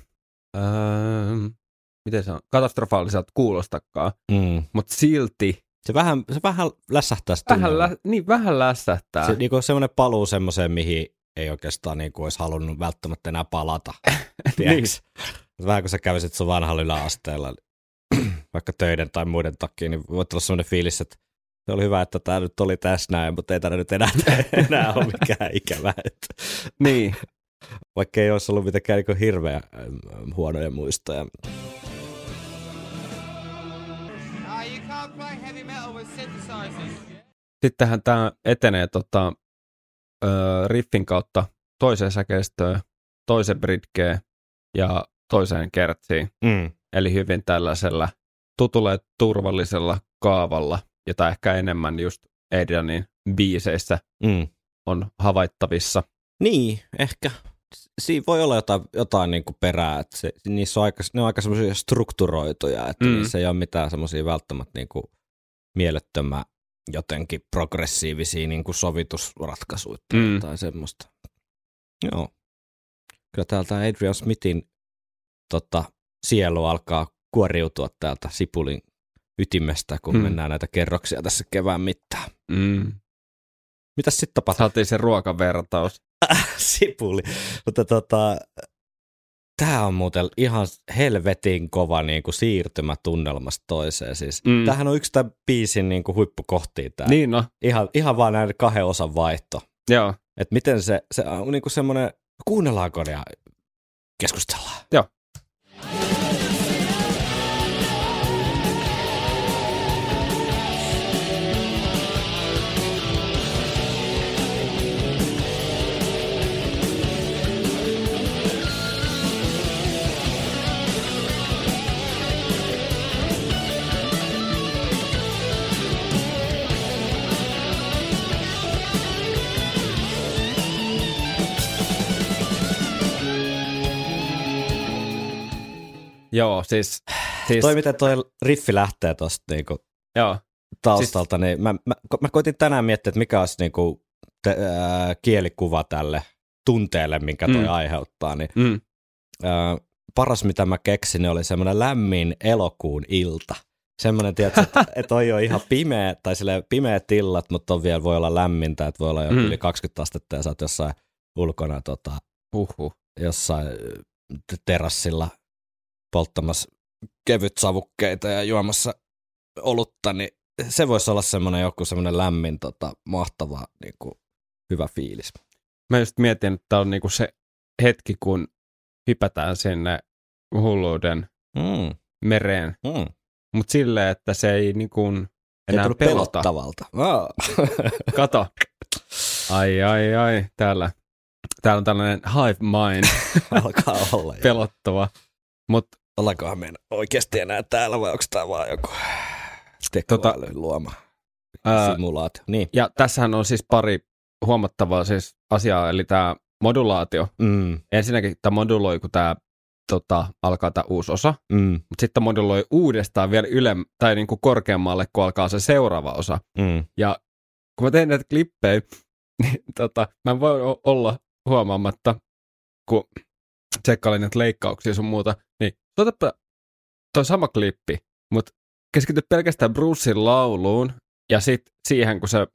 miten se on, katastrofaaliselta kuulostakaan, mutta silti se vähän lässähtää. Vähän lässähtää. Se niinku semmoinen paluu semmoiseen, mihin ei oikeastaan niinku olisi halunnut välttämättä enää palata. Niin. Vähän kun sä kävisit sun vanhalla yläasteella, vaikka töiden tai muiden takia, niin voit olla semmoinen fiilis, että se oli hyvä, että tämä nyt oli tässä näin, mutta ei tämä nyt enää ole mikään ikävä. Niin. Vaikka ei olisi ollut mitenkään niin hirveä huonoja muistoja. Sittenhän tämä etenee riffin kautta toiseen säkeistöön, toiseen bridgeen ja toiseen kertsiin. Eli hyvin tällaisella tutulla ja turvallisella kaavalla, jota ehkä enemmän just Adrianin biiseissä on havaittavissa. Niin, ehkä. Siinä voi olla jotain niin kuin perää, että ne on aika semmoisia strukturoituja, että niissä ei ole mitään semmoisia välttämättä niin kuin mielettömän jotenkin progressiivisia niin kuin sovitusratkaisuja tai semmoista. Joo. Kyllä täältä Adrian Smithin sielu alkaa kuoriutua täältä sipulin ytimestä, kun mennään näitä kerroksia tässä kevään mittaan. Mitäs sitten tapahtuu? Saatiin se ruokavertaus. Sipuli. Mutta tämä on muuten ihan helvetin kova niin kuin siirtymä tunnelmasta toiseen. Siis, tämähän on yksi tämän biisin niin kuin huippukohtia. Tää. Niin no. Ihan vaan näiden 2 osan vaihto. Joo. Että miten se on niin kuin semmoinen, kuunnellaanko ja keskustellaan. Joo. Joo, siis toi miten toi riffi lähtee tosta niinku taustalta, niin mä koitin tänään miettiä, että mikä olisi niinku kielikuva tälle tunteelle, minkä toi aiheuttaa, niin paras mitä mä keksin oli semmoinen lämmin elokuun ilta. Semmoinen, tiedätkö, että toi on ihan pimeä, tai silleen pimeät illat, mutta on vielä voi olla lämmintä, että voi olla jo yli 20 astetta ja sä oot jossain ulkona jossain terassilla polttamassa kevyt savukkeita ja juomassa olutta, niin se voisi olla semmoinen lämmin, mahtava, niinku, hyvä fiilis. Mä just mietin, että on niinku se hetki, kun hypätään sinne hulluuden mereen, mutta silleen, että se ei niinku enää ei pelottavalta. Kato. Ai. Täällä on tällainen hive mind. Alkaa olla. Pelottava. Ollaankohan meidän oikeasti enää täällä vai onko tämä vaan joku tekoälyn luoma simulaatio? Niin. Ja tässähän on siis pari huomattavaa siis asiaa, eli tämä modulaatio. Ensinnäkin tämä moduloi, kun tämä alkaa tämä uusi osa, mutta sitten moduloi uudestaan vielä tai niinku korkeammalle, kun alkaa se seuraava osa. Ja kun mä tein näitä klippejä, niin mä en voi olla huomaamatta, kun tsekkailin näitä leikkauksia sun muuta, niin otapa toi sama klippi, mutta keskity pelkästään Brucein lauluun ja sitten siihen, kun se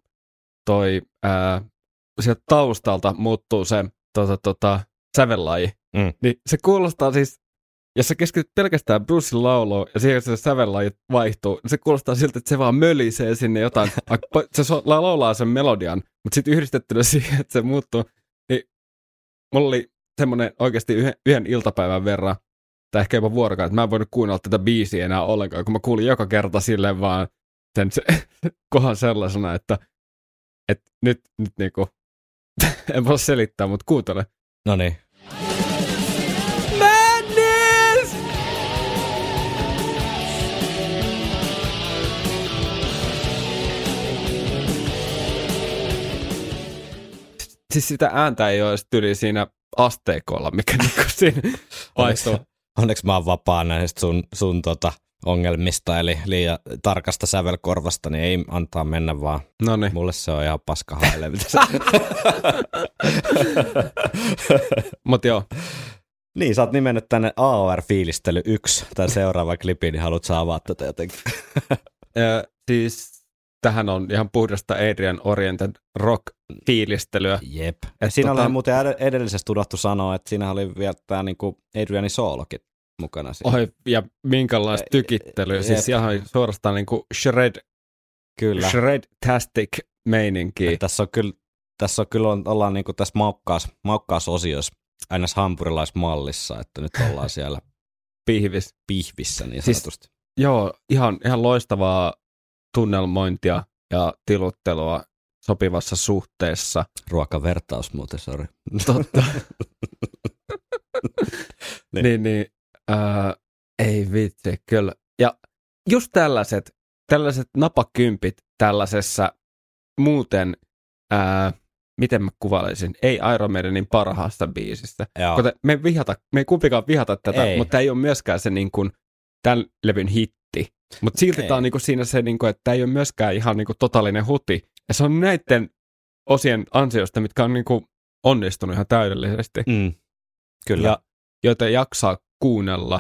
sieltä taustalta muuttuu se sävellaji, niin se kuulostaa siis, jos sä keskityt pelkästään Brucein lauluun ja siihen se sävellaji vaihtuu, niin se kuulostaa siltä, että se vaan mölisee sinne jotain, se laulaa sen melodian, mutta sitten yhdistettynä siihen, että se muuttuu, niin mulla oli semmoinen oikeasti yhden iltapäivän verran, tai ehkä jopa vuorokauden, että mä en voinut kuunnella tätä biisiä enää ollenkaan, kun mä kuulin joka kerta silleen vaan sen kohan sellaisena, että nyt niinku En voi selittää, mutta kuuntele. Noniin. Madness! Siis sitä ääntä ei ole edes tyli siinä asteikolla, mikä niinku siinä paistuu. Onneksi mä oon vapaa näistä sun ongelmista, eli liian tarkasta sävelkorvasta, niin ei antaa mennä vaan. Noniin. Mulle se on ihan paska haile. Mut joo. Niin, sä oot nimennyt tänne AOR-fiilistely 1, tai seuraava klipi, niin haluat sä avaa tätä jotenkin. Siis tähän on ihan puhdasta Adrian Oriented rock-fiilistelyä. Jep. Siinä oli muuten edellisestä unohtu sanoa, että siinä oli vielä tämä niinku Adrianin soolokin mukana. Siinä. Oi, ja minkälaista tykittelyä. Siis ihan suorastaan niinku shred-tastic meininkiä. Tässä on kyllä ollaan niinku tässä maukkaasosiossa aina hampurilaismallissa, että nyt ollaan siellä pihvissä niin sanotusti. Siis, joo, ihan loistavaa tunnelmointia ja tiluttelua sopivassa suhteessa. Ruokavertaus muuten, sori. Totta. niin. Ei vitsi, kyllä. Ja just tällaiset napakympit tällaisessa muuten, miten mä kuvailisin, ei Iron Maidenin parhaasta biisistä. Me ei kumpikaan vihata tätä, mutta ei ole myöskään se niin kuin tämän levyn hitti. Mutta silti tämä on niinku siinä se, niinku, että tämä ei ole myöskään ihan niinku totaalinen huti. Ja se on näiden osien ansiosta, mitkä on niinku onnistunut ihan täydellisesti. Kyllä. Ja joita jaksaa kuunnella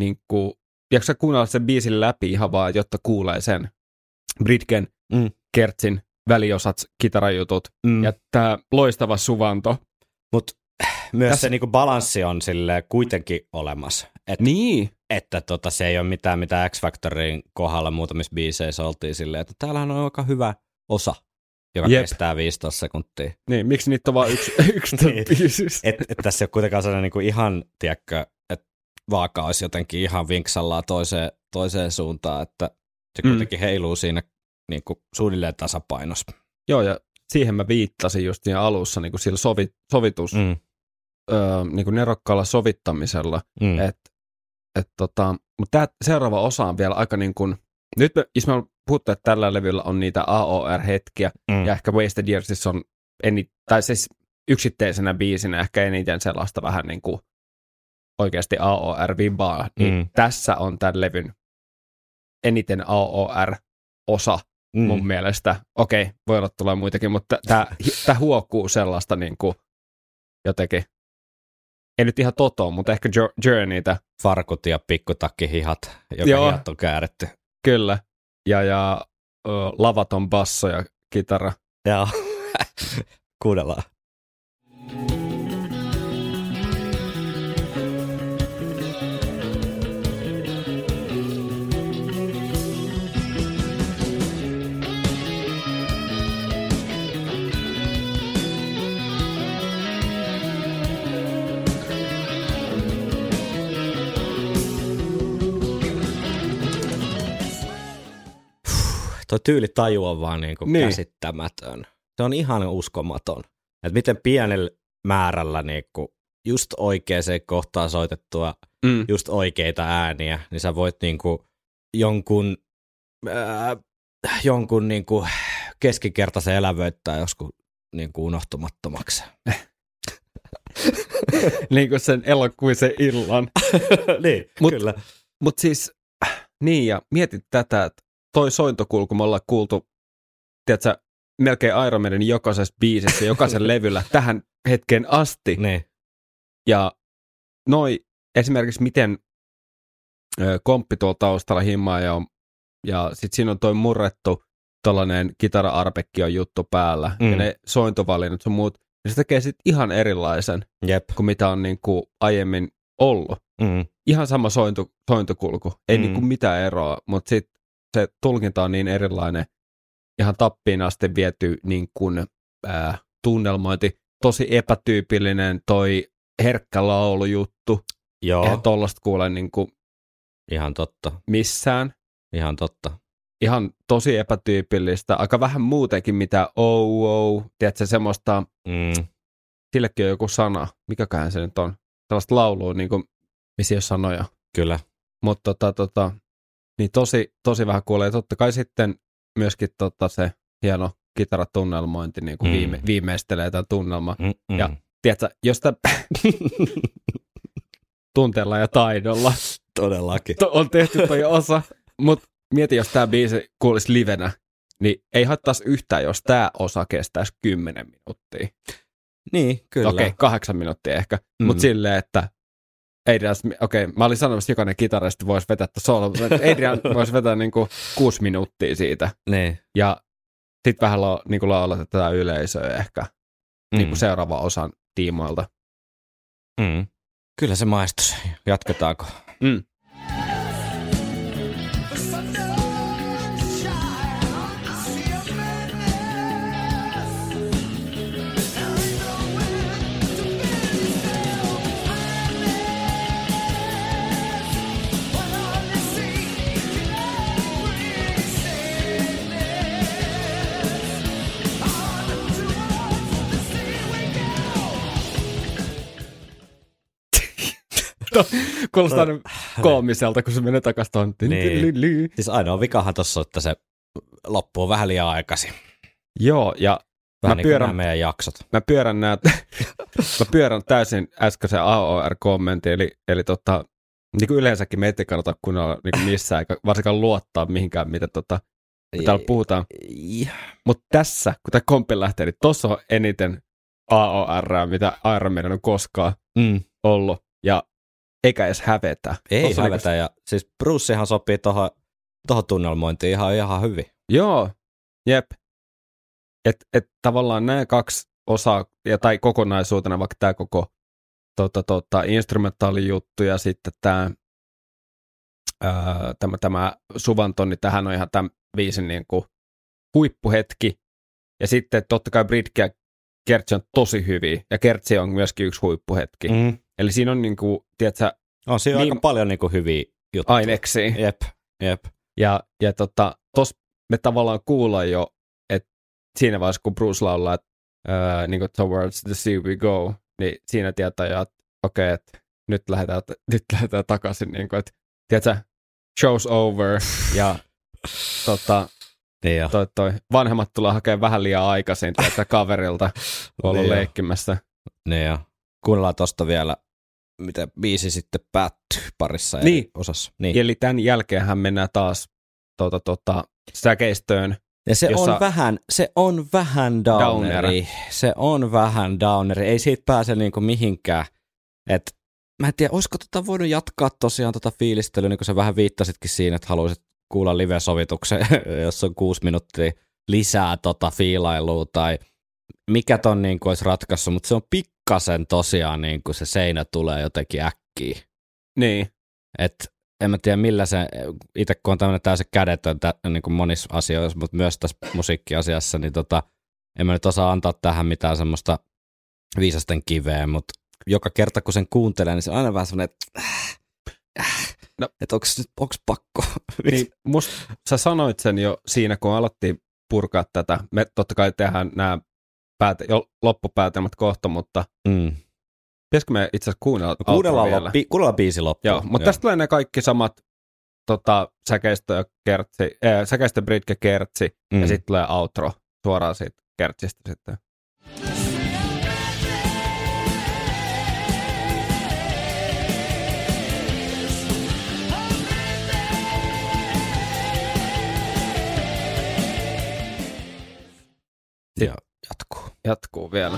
sen biisin läpi ihan vaan, jotta kuulee sen Britgen, Kertsin väliosat, kitarajutut ja tämä loistava suvanto. Mutta myös se niinku balanssi on silleen kuitenkin olemassa. Niin. Että se ei ole mitään, mitä X-Factorin kohdalla muutamissa biiseissä oltiin silleen, että täällähän on aika hyvä osa, joka kestää 15 sekuntia. Niin, miksi niitä on vaan yksi biisissä? Tässä ei ole kuitenkaan sellainen niinku ihan, tiedätkö, että vaaka olisi jotenkin ihan vinksallaan toiseen suuntaan, että se kuitenkin heiluu siinä niinku suunnilleen tasapainossa. Joo, ja siihen mä viittasin just siinä alussa niinku sillä sovitus, niinku nerokkaalla sovittamisella, mutta tämä seuraava osa on vielä aika niin kuin, nyt jos me puhuttu, että tällä levyllä on niitä AOR-hetkiä, ja ehkä Wasted Yearsissa on, tai siis yksittäisenä biisinä ehkä eniten sellaista vähän niin kuin oikeasti AOR-vibaa, niin tässä on tämän levyn eniten AOR-osa mun mielestä. Okei, voi olla tulee muitakin, mutta tämä huokuu sellaista niin kuin jotenkin, ei nyt ihan totoa, mutta ehkä Journeytä. Farkut ja pikkutakkihihat, joka hihat on kääretty. Kyllä, ja lavaton basso ja kitara. Joo, kuunnellaan. Tuo tyylitaju on vaan niinku käsittämätön. Se on ihan uskomaton. Että miten pienellä määrällä niinku just oikeaan kohtaan soitettua just oikeita ääniä, niin sä voit niinku jonkun niinku keskikertaisen elävöittää joskus niinku unohtumattomaksi. Niin kuin sen elokuisen illan. Niin, kyllä. Mutta siis, niin ja mietit tätä, että toi sointokulku me ollaan kuultu, tiedätkö, melkein Iron Maidenin jokaisessa biisissä, jokaisen levyllä tähän hetkeen asti. Ne. Ja esimerkiksi miten komppi tuolla taustalla himmaa ja sit siinä on toi murrettu tollainen kitara-arpekkion juttu päällä ja ne sointovalinnat sun muut, ja se tekee sit ihan erilaisen kuin mitä on niinku aiemmin ollut. Ihan sama sointokulku, ei niinku mitään eroa, mutta sit se tulkinta on niin erilainen, ihan tappiin asti viety niin kuin, tunnelmointi, tosi epätyypillinen toi herkkä laulujuttu. Joo. Eihän tollaista kuule niin kuin ihan totta. Missään. Ihan totta. ihan tosi epätyypillistä, aika vähän muutenkin mitä tiedätkö semmoista, sillekin on joku sana, mikäköhän se nyt on, sellaista laulua, niin kuin, missä ei ole sanoja. Kyllä. Mutta niin tosi vähän kuulee. Totta kai sitten myöskin se hieno kitaratunnelmointi niin kuin viimeistelee tämän tunnelman. Ja tiedätkö, jos tämä tunteella ja taidolla todellakin on tehty toi osa, mutta mieti, jos tämä biisi kuulisi livenä, niin ei haittaisi yhtään, jos tämä osa kestäisi 10 minuuttia. Niin, kyllä. Okei, 8 minuuttia ehkä, mutta silleen, että mä olin sanomassa, että jokainen kitaristi voisi vetää solo, Adrian voisi vetää niinku 6 minuuttia siitä. Niin. Ja sitten vähän niinku lauletetaan yleisöä ehkä niinku seuraavan osan tiimoilta. Kyllä se maistus. Jatketaanko? Kuulostaa koomiselta, kun se menee takaisin tuohon. Niin. Siis ainoa vikahan tuossa, että se loppuu vähän liian aikaisin. Joo, ja vähän niin kuin meidän jaksot. Mä pyörän täysin äskeisen AOR-kommentin, eli niin kuin yleensäkin meitä ei kannata kuunnella niin missään, eikä varsinkaan luottaa mihinkään, mitä täällä puhutaan. Mutta tässä, kun tämä komppi lähtee, niin tuossa on eniten AOR, mitä Iron Maiden on koskaan ollut, ja eikä edes hävetä. Ei hävetä, ja siis Brucehan sopii tohon tunnelmointiin ihan hyvin. Joo, jep. Et tavallaan nämä 2 osaa, tai kokonaisuutena, vaikka tämä koko instrumentaalijuttu ja sitten tämä suvanto, niin tämähän on ihan tämän biisin niin kuin huippuhetki. Ja sitten totta kai Britke ja Kertsi on tosi hyviä, ja Kertsi on myöskin yksi huippuhetki. Eli siinä on niin kuin, tiedätkö, siinä on aika paljon niin kuin hyviä juttuja. Aineksia. Jep. Ja tossa me tavallaan kuullaan jo, että siinä vaiheessa, kun Bruce laulaa, että niin kuin towards the sea we go, niin siinä tietää jo, että okei, että nyt lähdetään takaisin, niin kuin, että tiedätkö, show's over, ja niin toi vanhemmat tulee hakemaan vähän liian aikaisin tätä kaverilta, kun ollaan leikkimässä. Niin jo. Kuunnellaan tosta vielä, miten biisi sitten päättyy parissa eri osassa. Niin. Eli tämän jälkeenhän mennään taas säkeistöön. Ja se on vähän downeri. Se on vähän downeri. Ei siitä pääse niinku mihinkään. Mä en tiedä, olisiko voinut jatkaa tosiaan fiilistelyä, niin kuin sä vähän viittasitkin siinä, että haluaisit kuulla live-sovituksen, jos on 6 minuuttia lisää fiilailua tai mikä ton niin kuin olisi ratkaissut, mutta se on pikkasen tosiaan niin kuin se seinä tulee jotenkin äkkiä. Niin. Et en mä tiedä millä se, itse kun on tämmöinen täysin kädetön niin kuin monissa asioissa, mutta myös tässä musiikkiasiassa, niin en mä nyt osaa antaa tähän mitään semmoista viisasten kiveä, mutta joka kerta kun sen kuuntelee, niin se on aina vähän semmoinen, että onko pakko? Niin, sä sanoit sen jo siinä, kun alettiin purkaa tätä. Me totta kai tehdään nämä loppupäätelmät kohta, mutta pitäisikö me itse asiassa kuunnellaan biisi loppuun. Joo, mutta tästä tulee ne kaikki samat säkeistö Britke Kertsi ja sitten tulee outro suoraan siitä Kertsistä sitten. Ja jatkuu vielä.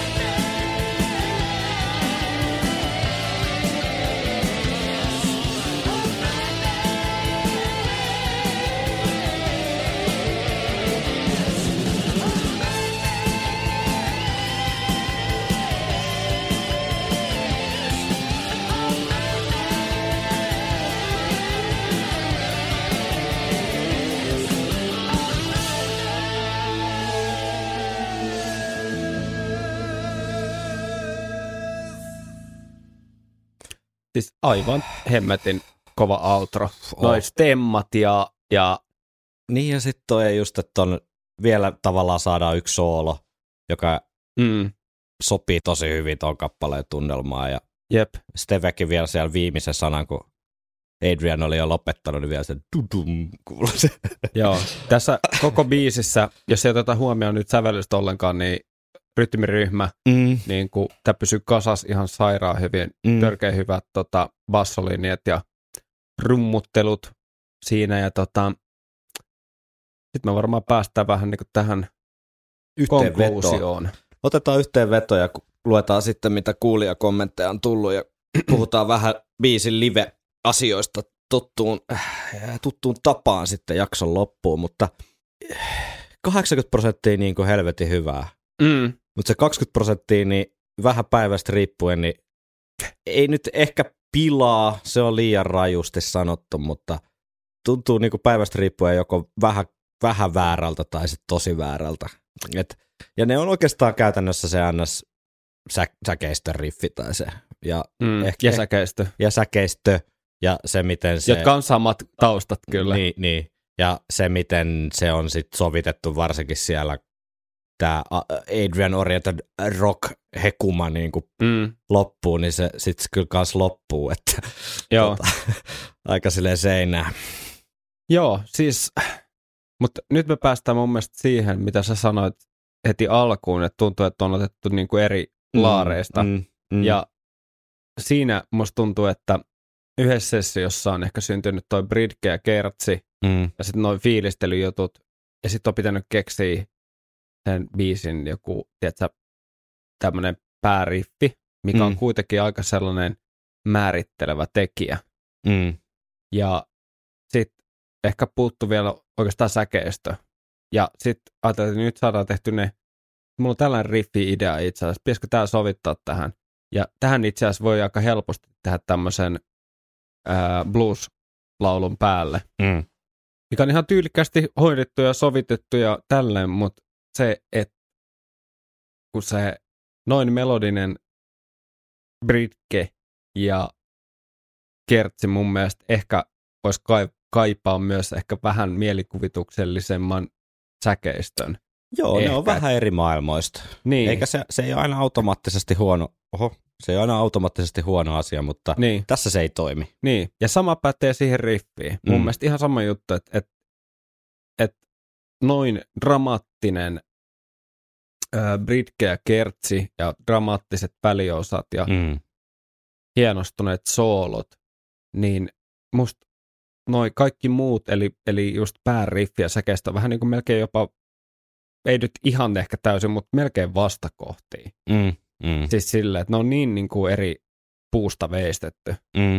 Siis aivan hemmetin kova outro. Noi stemmat ja Niin ja sitten toi just, että on vielä tavallaan saadaan yksi soolo, joka sopii tosi hyvin tuon kappaleen tunnelmaan. Ja Jep. Stevekin vielä siellä viimeisen sanan, kun Adrian oli jo lopettanut, niin vielä se dudum kuului se. Joo, tässä koko biisissä, jos ei oteta huomioon nyt sävellystä ollenkaan, niin rytmiryhmä, niin kun tämä pysyy kasas ihan sairaan hyvin, törkeä hyvät bassolinjat ja rummuttelut siinä, ja sitten me varmaan päästään vähän niin kuin tähän konkluusioon. Otetaan yhteenveto ja luetaan sitten, mitä kuulijakommentteja on tullut, ja puhutaan vähän biisin live-asioista tuttuun tapaan sitten jakson loppuun, mutta 80% niin kuin helvetin hyvää. Mutta se 20% niin vähän päivästä riippuen, niin ei nyt ehkä pilaa, se on liian rajusti sanottu, mutta tuntuu niin kuin päivästä riippuen joko vähän väärältä tai sitten tosi väärältä. Ja ne on oikeastaan käytännössä se ns. Säkeistön riffi tai se. Ja säkeistö. Ja säkeistö ja se miten se... Jotka on samat taustat kyllä. Niin. Ja se miten se on sitten sovitettu varsinkin siellä tämä Adrian Oriented Rock hekuma niin kuin loppuu, niin se sitten kyllä kans loppuu, että aika silleen seinään. Joo, siis, mutta nyt me päästään mun mielestä siihen, mitä sä sanoit heti alkuun, että tuntuu, että on otettu niin kuin eri laareista. Ja siinä musta tuntuu, että yhdessä sessiossa on ehkä syntynyt toi Bridge ja Kertsi ja sitten noi fiilistelyjutut ja sitten on pitänyt keksiä sen biisin joku, tiedätkö, tämmönen pääriffi, mikä on kuitenkin aika sellainen määrittelevä tekijä. Ja sitten ehkä puuttu vielä oikeastaan säkeistö. Ja sitten ajattelin, että nyt saadaan tehty ne, mulla on tällainen riffi-idea itse asiassa, pitäisikö tää sovittaa tähän? Ja tähän itse asiassa voi aika helposti tehdä tämmöisen blues-laulun päälle, mikä on ihan tyylikkästi hoidettu ja sovitettu ja tälleen, mutta se, että kun se noin melodinen Bridge ja Kertsi mun mielestä ehkä voisi kaipaa myös ehkä vähän mielikuvituksellisemman säkeistön. Joo, ehkä. Ne on vähän eri maailmoista. Niin. Eikä se ei ole aina automaattisesti huono asia, mutta tässä se ei toimi. Niin, ja sama pätee siihen riffiin. Mun mielestä ihan sama juttu, että noin dramaattinen Bridge ja Kertsi ja dramaattiset väliosat ja hienostuneet soolot, niin musta noi kaikki muut, eli just pääriffi ja säkeistä vähän niin kuin melkein jopa, ei nyt ihan ehkä täysin, mutta melkein vastakohtiin. Siis silleen, että ne on niin kuin eri puusta veistetty.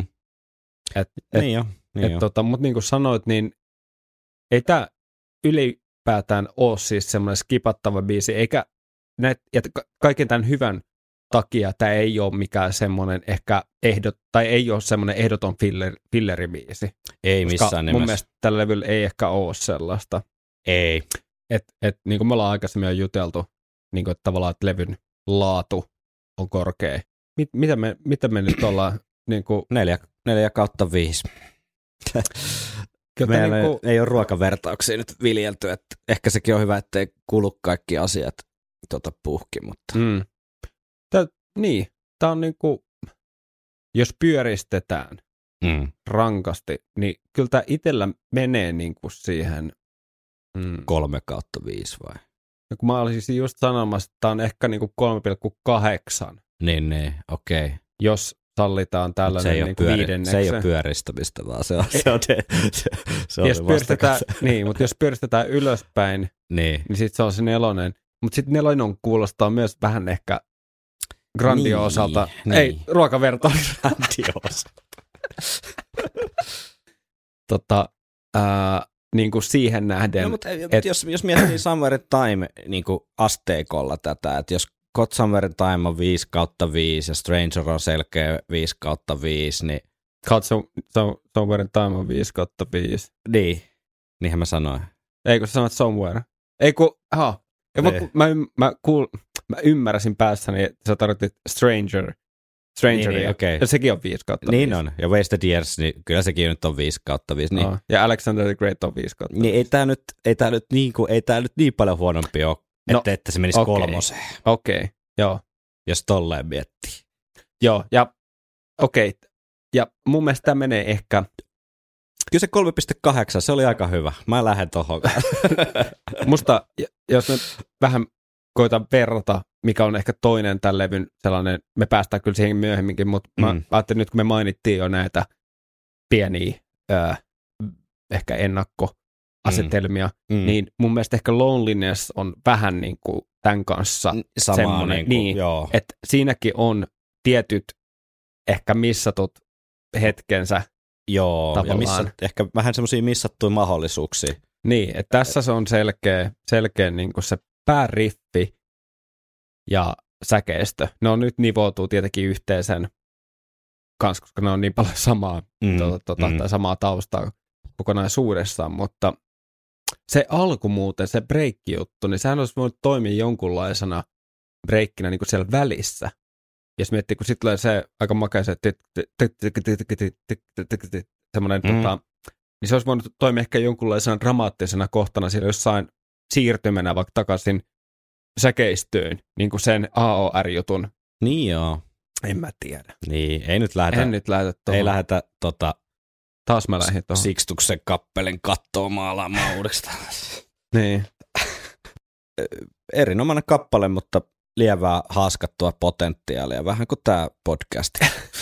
Mutta niin kuin sanoit, niin ei tämä ylipäätään ole siis semmoinen skipattava biisi, eikä kaiken tämän hyvän takia tämä ei ole mikään semmoinen ehkä ei ole semmoinen ehdoton filleribiisi. Ei missään nimessä. Mun mielestä tällä levyllä ei ehkä ole sellaista. Ei. Niin kuin me ollaan aikaisemmin jo juteltu, niin kuin, että tavallaan että levyn laatu on korkea. Mitä me nyt ollaan? Niin kuin... 4/5. Meillä ei ole ruokavertauksia nyt viljelty, että ehkä sekin on hyvä, ettei kuulu kaikki asiat puhki, mutta... Tämä on niin kuin, jos pyöristetään rankasti, niin kyllä tämä itsellä menee niin kuin siihen... 3/5 vai? Ja kun mä olisin just sanomassa, että tämä on ehkä niin kuin 3,8. Niin, okei. Okay. Jos sallitaan tällainen niin kuin viidenneksen. Se ei ole pyöristämistä, vaan se on mutta jos pyöristetään ylöspäin, niin sitten se on se 4. Mutta sitten 4 kuulostaa myös vähän ehkä grandioosalta. Niin. Ei, ruokavertaus. Grandioosalta. Niin kuin siihen nähden. No, mutta jos miettii Somewhere in Time niin kuin asteikolla tätä, että jos God Somewhere in Time on 5/5 ja Stranger on selkeä 5/5, niin... God Somewhere in Time on 5/5. Niin, niinhän mä sanoin. Eikö sä sanoit Somewhere? Mä ymmärsin päässäni, että sä tarkoitit Stranger Strangeria. Niin, okei. Ja sekin on 5/5. Niin on. Ja Wasted Years, niin kyllä sekin nyt on 5/5. Niin. Ja Alexander the Great on 5/5. Niin ei tää nyt niin paljon huonompi ole, että se menisi 3. Okei, joo. Jos tolleen miettii. Joo, ja okei. Ja mun mielestä tämä menee ehkä... Kyllä se 3.8, se oli aika hyvä. Mä lähden tohon. Musta, jos nyt vähän koitan verrata, mikä on ehkä toinen tämän levyn sellainen, me päästään kyllä siihen myöhemminkin, mutta mä ajattelin nyt, kun me mainittiin jo näitä pieniä ehkä ennakkoasetelmia, niin mun mielestä ehkä Loneliness on vähän niin kuin tämän kanssa semmoinen, niin, että siinäkin on tietyt ehkä missatut hetkensä. Joo, tavallaan. Ja ehkä vähän semmoisia missattuja mahdollisuuksia. Niin, että tässä se on selkeä niin kuin se pääriffi ja säkeistö. Ne on nyt nivoutuu tietenkin yhteisen kanssa, koska ne on niin paljon samaa, tai samaa taustaa kokonaisuudessaan, mutta se alku muuten, se breikki-juttu, niin sehän olisi voinut toimia jonkunlaisena breikkinä niin kuin siellä välissä. Jos miettii, kun sitten tulee se aika makea se semmoinen, niin se olisi voinut toimia ehkä jonkunlaisena dramaattisena kohtana siellä jossain siirtymänä vaikka takaisin säkeistöön, niin kuin sen AOR-jutun. Niin joo. En mä tiedä. Niin, ei nyt lähetä. Ei lähetä taas mä lähdin tuohon. Sixtuksen kappelin kattoa maalaamaan uudestaan. Niin. Erinomainen kappale, mutta lievää haaskattua potentiaalia, vähän kuin tämä podcast.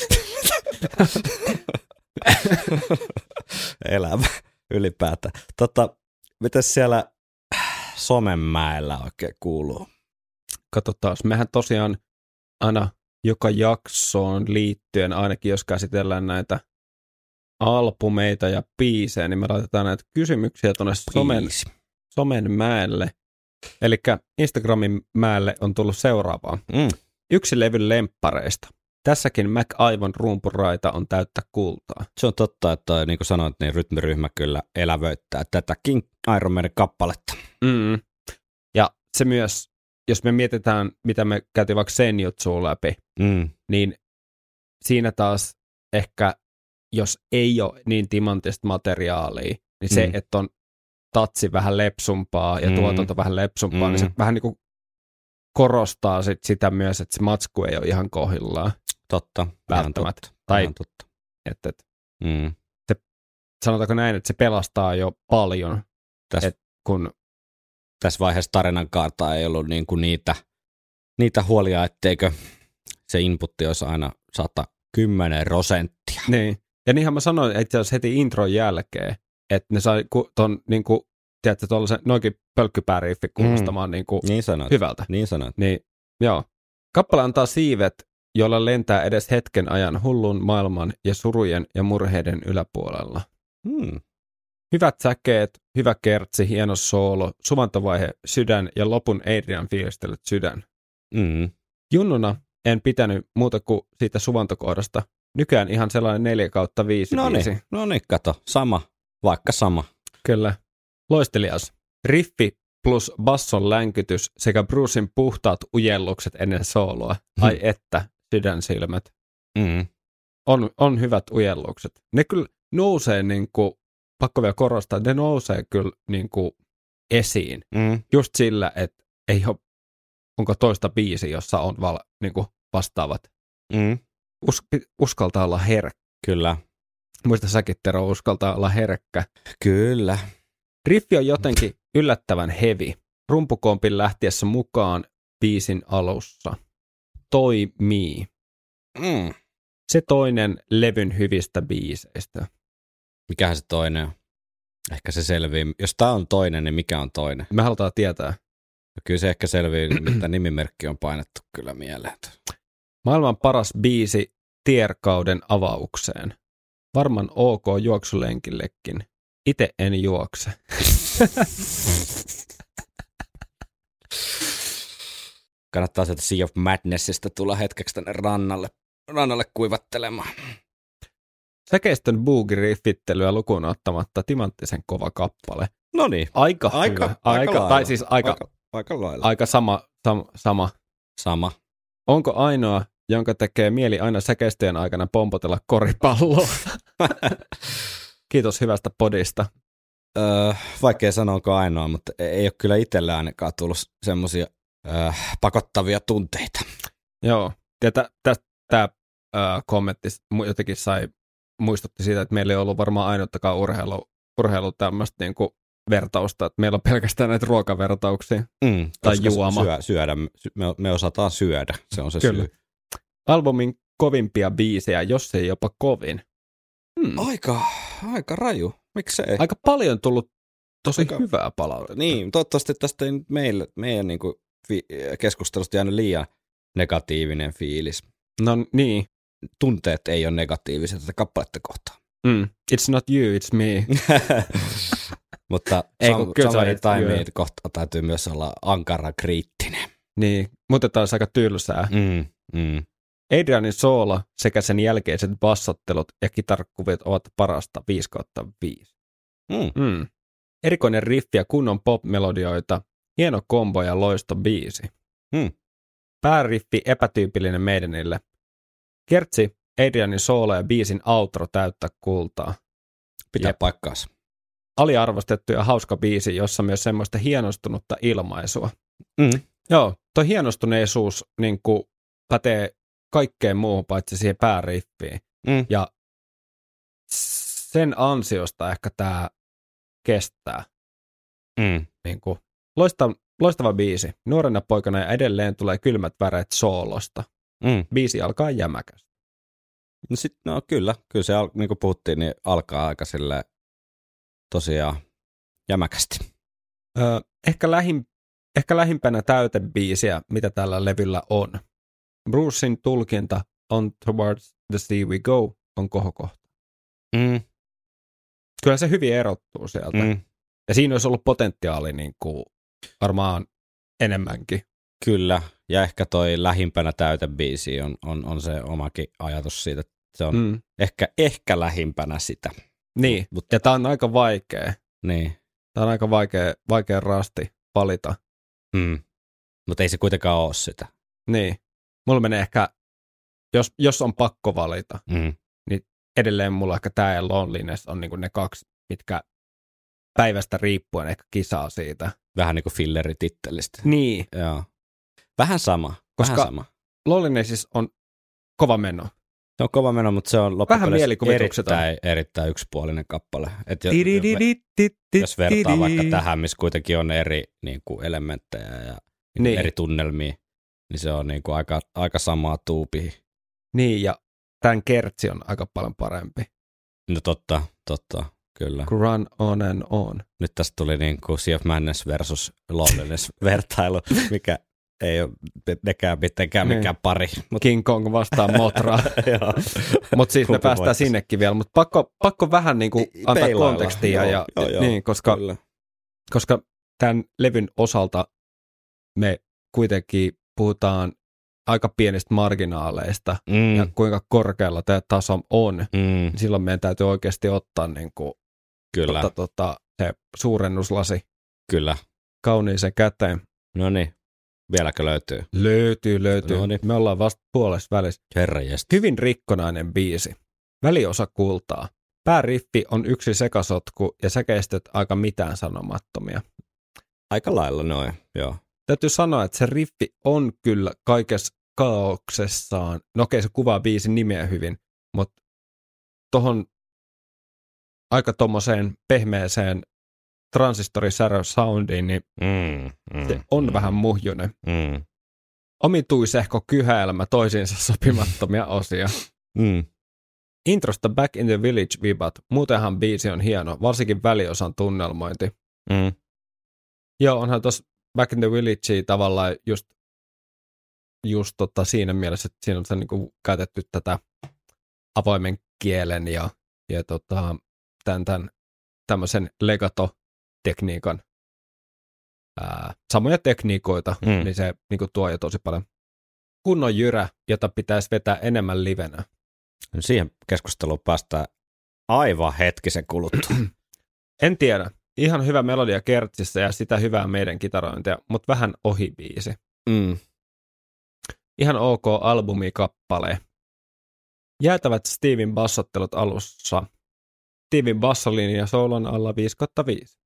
Elämä ylipäätään. Mitäs siellä Somenmäellä oikein kuuluu? Katsotaan, mehän tosiaan aina joka jaksoon liittyen, ainakin jos käsitellään näitä albumeita ja biisejä, niin me laitetaan näitä kysymyksiä tuonne Somenmäelle. Eli Instagramin mäelle on tullut seuraavaa. Yksi levyn lemppareista. Tässäkin MacIvon rumpuraita on täyttä kultaa. Se on totta, että niin kuin sanoit, niin rytmiryhmä kyllä elävöittää tätäkin Iron Maiden kappaletta. Ja se myös, jos me mietitään, mitä me käytiin vaikka Senjutsuun läpi, niin siinä taas ehkä, jos ei ole niin timanttista materiaalia, niin se, että on tatsi vähän lepsumpaa ja tuotanto vähän lepsumpaa, niin se vähän niin kuin korostaa sitä myös, että se matsku ei ole ihan kohdillaan. Totta. Välttämättä. Tai että se, sanotaanko näin, että se pelastaa jo paljon, kun tässä vaiheessa tarinan kaarta ei ollut niin kuin niitä huolia, etteikö se inputti olisi aina 110%. Niin. Ja niinhän mä sanoin, että jos heti intron jälkeen, että ne sai ton niin kuin, tiedätkö, tuollaisen noinkin pölkkypääriiffi kuulostamaan niin kuin hyvältä. Niin sanoit. Niin, joo. Kappale antaa siivet, joilla lentää edes hetken ajan hullun maailman ja surujen ja murheiden yläpuolella. Hyvät säkeet, hyvä kertsi, hieno soolo, suvantovaihe, sydän ja lopun Adrian fiilistellyt sydän. Junnuna en pitänyt muuta kuin siitä suvantokohdasta. Nykyään ihan sellainen 4/5 biisi. No niin, kato. Vaikka sama. Kyllä. Loistelias. Riffi plus basson länkytys sekä Brucen puhtaat ujellukset ennen sooloa. Ai että, sydänsilmät. On hyvät ujellukset. Ne kyllä nousee niin kuin, pakko vielä korostaa, ne nousee kyllä niin kuin esiin. Just sillä, että ei ole, onko toista biisi, jossa on niin kuin vastaavat. Uskaltaa olla herkkä. Kyllä. Muista säkin, Tero, uskaltaa olla herkkä. Kyllä. Riffi on jotenkin yllättävän heavy. Rumpukompin lähtiessä mukaan biisin alussa. Toimii. Se toinen levyn hyvistä biiseistä. Mikähän se toinen on? Ehkä se selvii. Jos tää on toinen, niin mikä on toinen? Me halutaan tietää. Kyllä se ehkä selvii, mitä nimimerkki on painettu kyllä mieleen. Maailman paras biisi tierkauden avaukseen. Varman ok juoksulenkillekin. Itse en juokse. Kannattaa sieltä Sea of Madnessista tulla hetkeksi tänne rannalle kuivattelemaan. Säkeistön boogie-riffittelyä lukuun ottamatta timanttisen kova kappale. No niin. Aika lailla. Aika lailla. Aika sama. Sama. Onko ainoa, jonka tekee mieli aina säkeistöjen aikana pompotella koripalloa. Kiitos hyvästä podista. Vaikea sanoa, onko ainoa, mutta ei ole kyllä itsellä ainakaan tullut semmoisia pakottavia tunteita. Joo, ja tämä kommentti jotenkin muistutti siitä, että meillä ei ollut varmaan ainuttakaan urheilu tämmöistä niinku vertausta, että meillä on pelkästään näitä ruokavertauksia tai juoma. Me osataan syödä, se on se Kyllä. syy. Albumin kovimpia biisejä, jos ei jopa kovin. Aika raju, miksei? Aika paljon tullut tosi hyvää palautetta. Niin, toivottavasti tästä ei nyt meidän niinku keskustelusta jäänyt liian negatiivinen fiilis. No niin. Tunteet ei ole negatiivisia tätä kappaletta kohtaan. It's not you, it's me. Mutta samoin taimiin kohtaan täytyy myös olla ankara kriittinen. Niin, mutta tämä olisi aika tylsää. Adrianin soola sekä sen jälkeiset bassottelut ja kitarkuviot ovat parasta 5/5. Erikoinen riffi ja kunnon pop-melodioita, hieno kombo ja loisto biisi. Pääriffi epätyypillinen Maidenille. Kertsi, Adrianin soola ja biisin outro täyttää kultaa. Pitää paikkaansa. Aliarvostettu ja hauska biisi, jossa myös semmoista hienostunutta ilmaisua. Joo, toi hienostuneisuus niin kuin pätee kaikkeen muuhun paitsi siihen pääriffiin. Ja sen ansiosta ehkä tämä kestää. Niin kuin, loistava biisi. Nuorena poikana ja edelleen tulee kylmät väreet soolosta. Biisi alkaa jämäkästi. No kyllä se niin kuin puhuttiin, niin alkaa aika silleen tosiaan jämäkästi. Ehkä lähimpänä täytebiisiä, mitä tällä levyllä on. Brucein tulkinta On Towards the Sea We Go on kohokohta. Kyllä se hyvin erottuu sieltä. Ja siinä olisi ollut potentiaali niin kuin varmaan enemmänkin. Kyllä, ja ehkä toi lähimpänä täytebiisi on se omakin ajatus siitä, että se on ehkä lähimpänä sitä. Niin, ja tää on aika vaikea. Niin. Tää on aika vaikea rasti valita. Mutta ei se kuitenkaan ole sitä. Niin. Mulla menee ehkä, jos on pakko valita, niin edelleen mulla ehkä tää ja Loneliness on niinku ne kaksi, mitkä päivästä riippuen ehkä kisaa siitä. Vähän niin kuin filleritittelistä. Niin. Joo. Vähän sama. Koska Loneliness on kova meno. Se on kova meno, mutta se on loppupeleissä erittäin yksipuolinen kappale. Jos vertaa vaikka tähän, missä kuitenkin on eri niin kuin elementtejä ja eri tunnelmia, niin se on niin kuin aika samaa tuupia. Niin, ja tämän kertsi on aika paljon parempi. No totta, kyllä. Run on and on. Nyt tästä tuli niin kuin Sea of Madness versus Loneliness vertailu, mikä ei ole nekään mitenkään mikään pari. King Kong vastaan Motra. Mutta siis me päästään sinnekin vielä, mutta pakko vähän niin kuin antaa kontekstia. Niin, koska tämän levyn osalta me kuitenkin puhutaan aika pienistä marginaaleista ja kuinka korkealla tämä taso on. Silloin meidän täytyy oikeasti ottaa niin kuin, se suurennuslasi kauniiseen käteen. No niin. Vieläkö löytyy? Löytyy. No niin. Me ollaan vasta puolessa välissä. Herranjestas. Hyvin rikkonainen biisi. Väliosa kultaa. Pääriffi on yksi sekasotku ja säkeistöt aika mitään sanomattomia. Aika lailla noin, joo. Täytyy sanoa, että se riffi on kyllä kaikessa kaauksessaan. No okei, se kuvaa biisin nimeä hyvin, mutta tohon aika tommoseen pehmeeseen transistorisärö soundiin, niin se on vähän muhjunen. Omituisehko kyhäilmä toisiinsa sopimattomia osia. Introsta Back in the Village vibat. Muutenhan biisi on hieno, varsinkin väliosan tunnelmointi. Joo, onhan tuossa Back in the Village tavallaan just siinä mielessä, että siinä on se niinku käytetty tätä avoimen kielen ja tämän tämmöisen legato-tekniikan samoja tekniikoita, niin se niinku tuo jo tosi paljon kunnon jyrä, jota pitäisi vetää enemmän livenä. Siihen keskusteluun päästään aivan hetkisen kuluttua. En tiedä. Ihan hyvä melodia kertsissä ja sitä hyvää meidän kitarointia, mutta vähän ohi biisi. Ihan ok albumikappale. Jäätävät Steven bassottelut alussa. Steven bassolinja soolon alla 5/5.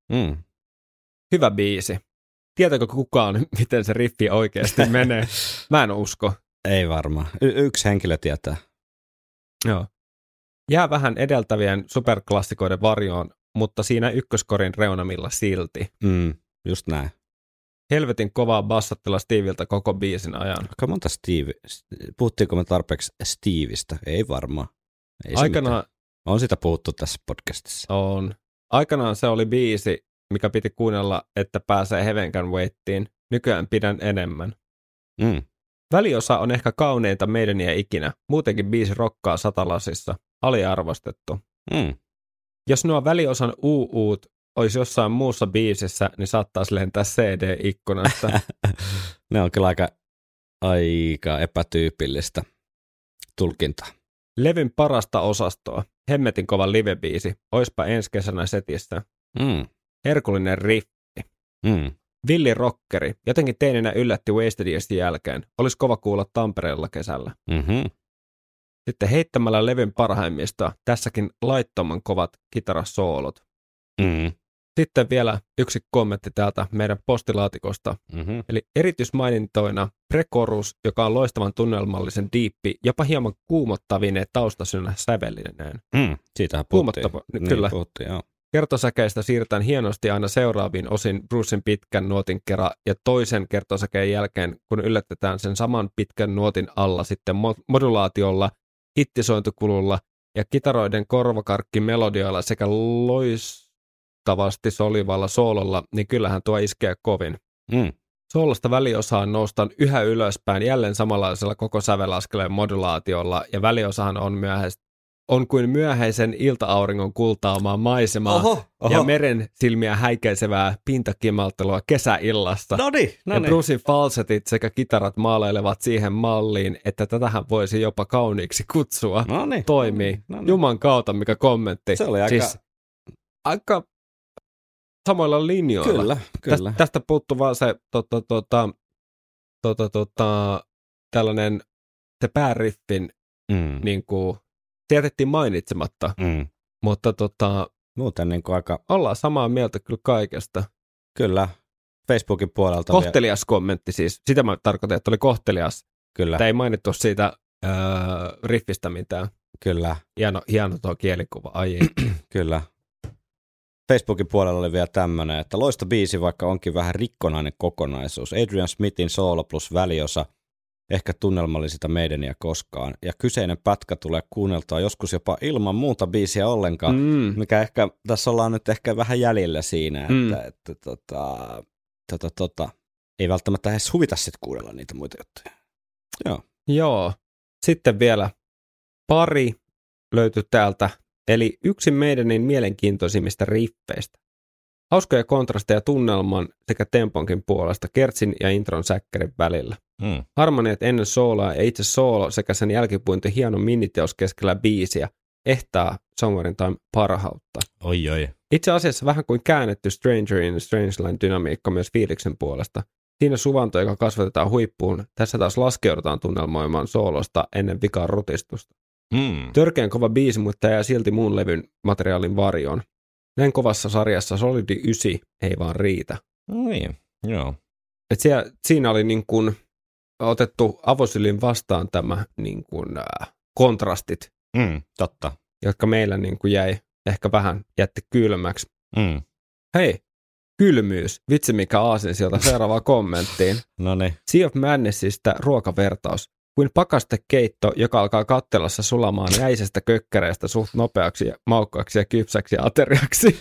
Hyvä biisi. Tietääkö kukaan, miten se riffi oikeasti menee? Mä en usko. Ei varmaan. Yksi henkilö tietää. Joo. Jää vähän edeltävien superklassikoiden varjoon, mutta siinä ykköskorin reunamilla silti. Just näin. Helvetin kovaa bassottella Steviltä koko biisin ajan. Aika monta puhuttiinko me tarpeeksi Steveistä? Ei varmaan. Ei aikanaan on sitä puhuttu tässä podcastissa. On. Aikanaan se oli biisi, mikä piti kuunnella, että pääsee Heaven Can Waitiin. Nykyään pidän enemmän. Väliosa on ehkä kauneinta meidäniä ikinä. Muutenkin biisi rokkaa satalasissa. Aliarvostettu. Jos nuo väliosan uut olisi jossain muussa biisissä, niin saattaisi lentää CD-ikkunasta. Ne on kyllä aika epätyypillistä tulkintaa. Levyn parasta osastoa. Hemmetin kova live-biisi. Oispa ensi kesänä setissä. Herkullinen riffi. Villi rockeri. Jotenkin teininä yllätti Wasted Yearsin jälkeen. Olisi kova kuulla Tampereella kesällä. Sitten heittämällä levyn parhaimmista. Tässäkin laittoman kovat kitarasoolot. Sitten vielä yksi kommentti täältä meidän postilaatikosta. Eli erityismainintoina Prekorus, joka on loistavan tunnelmallisen diippi, jopa hieman kuumottavine taustasynnä sävellineen. Siitähän puhuttiin. Kyllä. Puhuttiin, joo. Kertosäkeistä siirrytään hienosti aina seuraaviin osin Brucen pitkän nuotin kerran ja toisen kertosäkeen jälkeen, kun yllätetään sen saman pitkän nuotin alla sitten modulaatiolla, hittisointukululla ja kitaroiden korvakarkkimelodioilla sekä loistavasti solivalla soololla, niin kyllähän tuo iskee kovin. Soolosta väliosaan noustaan yhä ylöspäin jälleen samanlaisella koko sävelaskeleen modulaatiolla ja väliosahan on kuin myöhäisen ilta-auringon kultaamaa maisemaa ja meren silmiä häikäisevää pintakimaltelua kesäillassa. Ja Brucen falsetit sekä kitarat maalailevat siihen malliin, että tätähän voisi jopa kauniiksi kutsua. Toimii. Juman kautta, mikä kommentti. Se oli aika samoilla linjoilla. Kyllä. Tästä puuttuu vaan se tällainen se pääriffin niin kuin se jätettiin mainitsematta, mutta muuten niin kuin aika ollaan samaa mieltä kyllä kaikesta. Kyllä. Facebookin puolelta kohtelias kommentti siis. Sitä mä tarkoitan, että oli kohtelias. Kyllä. Tämä ei mainittu siitä riffistä mitään. Kyllä. Hieno tuo kielikuva. Ai Kyllä. Facebookin puolella oli vielä tämmöinen, että loista biisi, vaikka onkin vähän rikkonainen kokonaisuus. Adrian Smithin soolo plus väliosa, ehkä tunnelmallisinta meidäniä koskaan. Ja kyseinen pätkä tulee kuunneltua joskus jopa ilman muuta biisiä ollenkaan, mikä ehkä, tässä ollaan nyt ehkä vähän jäljellä siinä, että ei välttämättä edes huvita sitten kuunnella niitä muita juttuja. Joo. Sitten vielä pari löytyi täältä, eli yksi meidänin mielenkiintoisimmista riffeistä. Hauskoja kontrasteja tunnelman sekä temponkin puolesta Kertsin ja intron säkkärin välillä. Harmoniat ennen sooloa ja itse soolo sekä sen jälkipuinti hieno miniteos keskellä biisiä ehtaa Somewhere in Time parhautta. Oi. Itse asiassa vähän kuin käännetty Stranger in Strangeland dynamiikka myös fiiliksen puolesta. Siinä suvanto, joka kasvatetaan huippuun, tässä taas laskeudutaan tunnelmoimaan soolosta ennen vikaan rutistusta. Törkeän kova biisi, mutta jää silti muun levyn materiaalin varjoon. Näin kovassa sarjassa Solidi 9 ei vaan riitä. Niin, joo. Et siinä oli niin kuin otettu avosylin vastaan tämä niin kuin, kontrastit, totta. jotka meillä niin kuin ehkä vähän jätti kylmäksi. Hei, kylmyys. Vitsi mikä aasin sieltä seuraavaan kommenttiin. Noniin. Sea of Madnessista ruokavertaus. Kuin pakastekeitto, joka alkaa kattelassa sulamaan jäisestä kökkäreestä suht nopeaksi, maukkaaksi ja kypsäksi ateriaksi.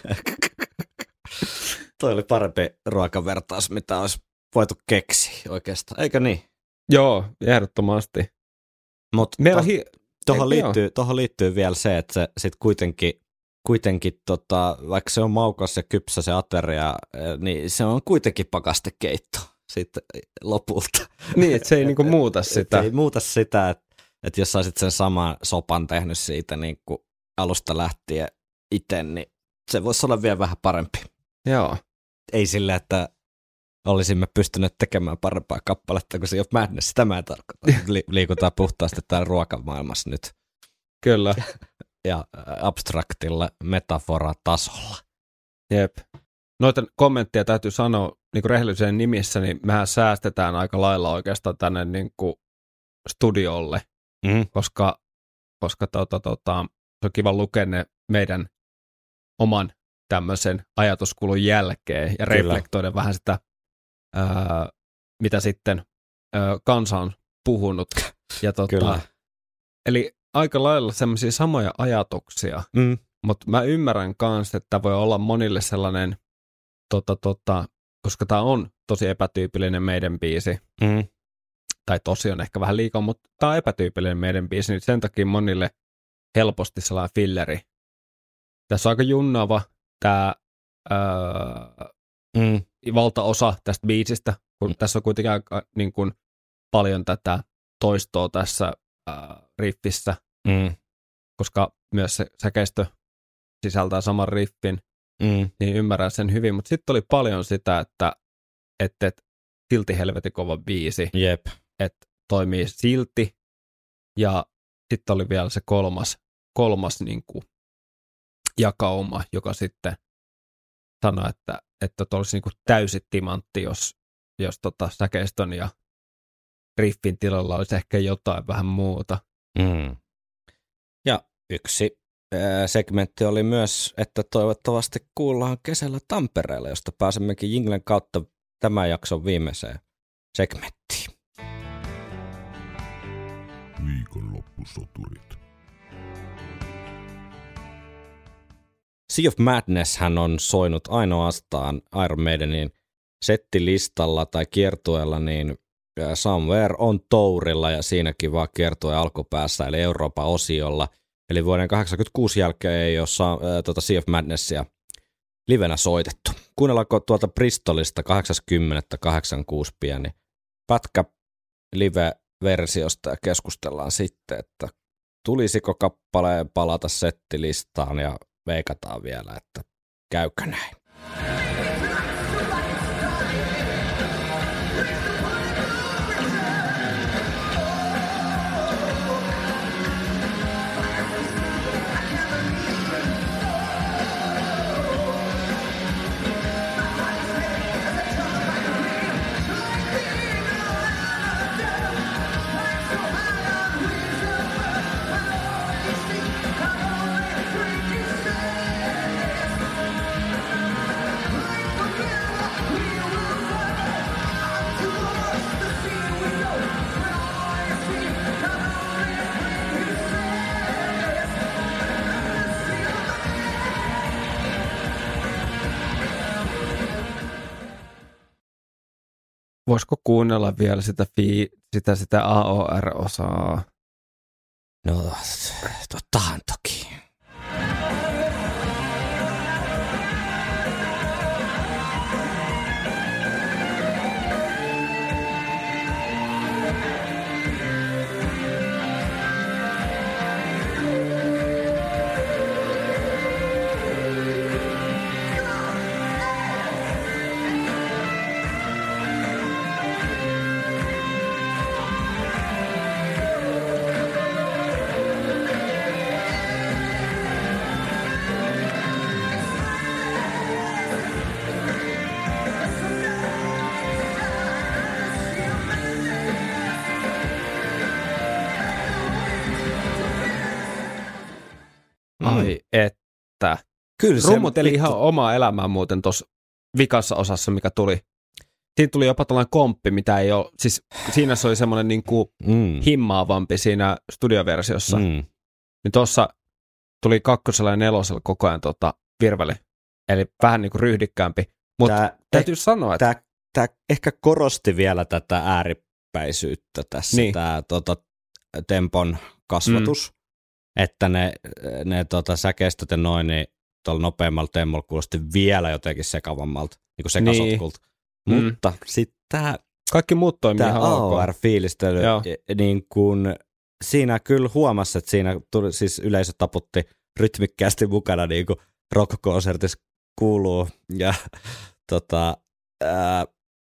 Toi oli parempi ruokavertaus, mitä olisi voitu keksiä oikeastaan, eikö niin? Joo, ehdottomasti. Mutta tuohon liittyy vielä se, että se sit kuitenkin vaikka se on maukas ja kypsä se ateria, niin se on kuitenkin pakastekeitto sitten lopulta. Niin, että se ei niinku muuta sitä. Ei muuta sitä, että jos saisit sen saman sopan tehnyt siitä niin kuin alusta lähtien itse, niin se voisi olla vielä vähän parempi. Joo. Ei sille, että olisimme pystyneet tekemään parempaa kappaletta kuin Sea of Madness. Sitä mä en tarkoita. Liikutaan puhtaasti täällä ruokamaailmassa nyt. Kyllä. Ja abstraktilla metafora-tasolla. Jep. Noita kommentteja täytyy sanoa niin kuin rehellisyyden nimissä, niin mehän säästetään aika lailla oikeastaan tänne niin kuin studiolle, koska se on kiva lukea ne meidän oman tämmöisen ajatuskulun jälkeen ja reflektoida vähän sitä, mitä sitten kansa on puhunut. Ja eli aika lailla semmoisia samoja ajatuksia, mutta mä ymmärrän kanssa, että voi olla monille sellainen, koska tämä on tosi epätyypillinen meidän biisi, tai tosi on ehkä vähän liikaa, mutta tämä on epätyypillinen meidän biisi, niin sen takia monille helposti sellainen filleri. Tässä on aika junnaava tämä valtaosa tästä biisistä, kun tässä on kuitenkin aika niin kuin, paljon tätä toistoa tässä riffissä, koska myös se säkeistö sisältää saman riffin, niin ymmärrän sen hyvin, mutta sitten oli paljon sitä, että silti helvetin kova biisi, että toimii silti, ja sitten oli vielä se kolmas niin kuin jakauma, joka sitten sanoi, että olisi niin kuin täysi timantti, jos säkeistön ja riffin tilalla olisi ehkä jotain vähän muuta. Ja yksi segmentti oli myös, että toivottavasti kuullaan kesällä Tampereella, josta pääsemmekin jinglen kautta tämän jakson viimeiseen segmenttiin. Viikonloppusoturit. Sea of Madness hän on soinut ainoastaan Iron Maidenin settilistalla tai kiertueella, niin Somewhere on Tourilla ja siinäkin vaan kiertueen alkupäässä, eli Euroopan osiolla. Eli vuoden 1986 jälkeen ei ole Sea of Madnessia livenä soitettu. Kuunnellaanko tuolta Bristolista 80.86 pieni pätkä live-versiosta ja keskustellaan sitten, että tulisiko kappaleen palata settilistaan ja veikataan vielä, että käykö näin. Voisiko kuunnella vielä sitä AOR-osaa? No, tottahan toki. Ai että. Kyllä se rummuteli ihan omaa elämää muuten tuossa vikassa osassa, mikä tuli. Siinä tuli jopa tällainen komppi, mitä ei ole, siis siinä se oli semmoinen niin kuin himmaavampi siinä studioversiossa. Niin tuossa tuli 2. ja 4. koko ajan virveli. Eli vähän niin kuin ryhdikkäämpi. Mutta täytyy sanoa, että tämä ehkä korosti vielä tätä ääripäisyyttä tässä, niin. Tämä tempon kasvatus. Että ne säkeistöt ja noin, niin tuolla nopeammalla temmolla kuulosti vielä jotenkin sekavammalta, niin kuin sekasotkulta. Niin. Mutta sitten tämä kaikki muut toimii ihan AOR-fiilistely, niin kun siinä kyllä huomasi, että siinä tuli, siis yleisö taputti rytmikkäästi mukana, niin kuin rock-konsertissa kuuluu. Ja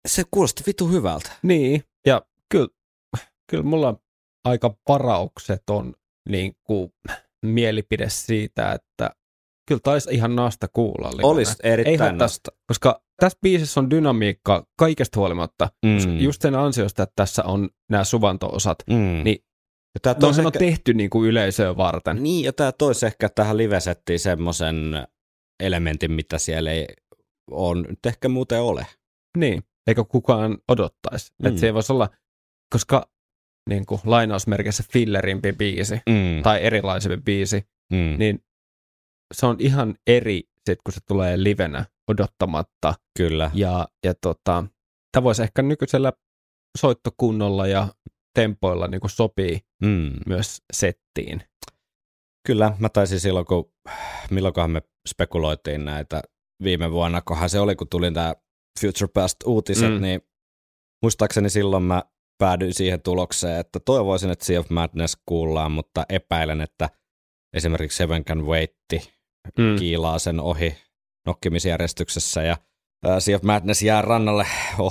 Se kuulosti vitu hyvältä. Niin, ja kyllä mulla on aika varaukseton niin kuin mielipide siitä, että kyllä taisi ihan naasta kuulla. Olisi erittäin naasta. Koska tässä biisissä on dynamiikka kaikesta huolimatta. Just sen ansiosta, että tässä on nämä suvanto-osat, niin ne on tehty niin kuin yleisöä varten. Niin, ja tämä toisi ehkä tähän live-settiin semmoisen elementin, mitä siellä ei on, nyt ehkä muuten ole. Niin, eikä kukaan odottaisi. Että se ei voisi olla, koska niin kuin lainausmerkissä fillerimpi biisi tai erilaisempi biisi, niin se on ihan eri sit, kun se tulee livenä odottamatta. Kyllä. Ja tämä voisi ehkä nykyisellä soittokunnolla ja tempoilla niin kuin sopii myös settiin. Kyllä, mä taisin silloin, milloinkohan me spekuloitiin näitä viime vuonna, kohan se oli, kun tuli tämä Future Past-uutiset, niin muistaakseni silloin mä päädyin siihen tulokseen, että toivoisin, että Sea of Madness kuullaan, mutta epäilen, että esimerkiksi Seven Can Wait kiilaa sen ohi nokkimisjärjestyksessä ja Sea of Madness jää rannalle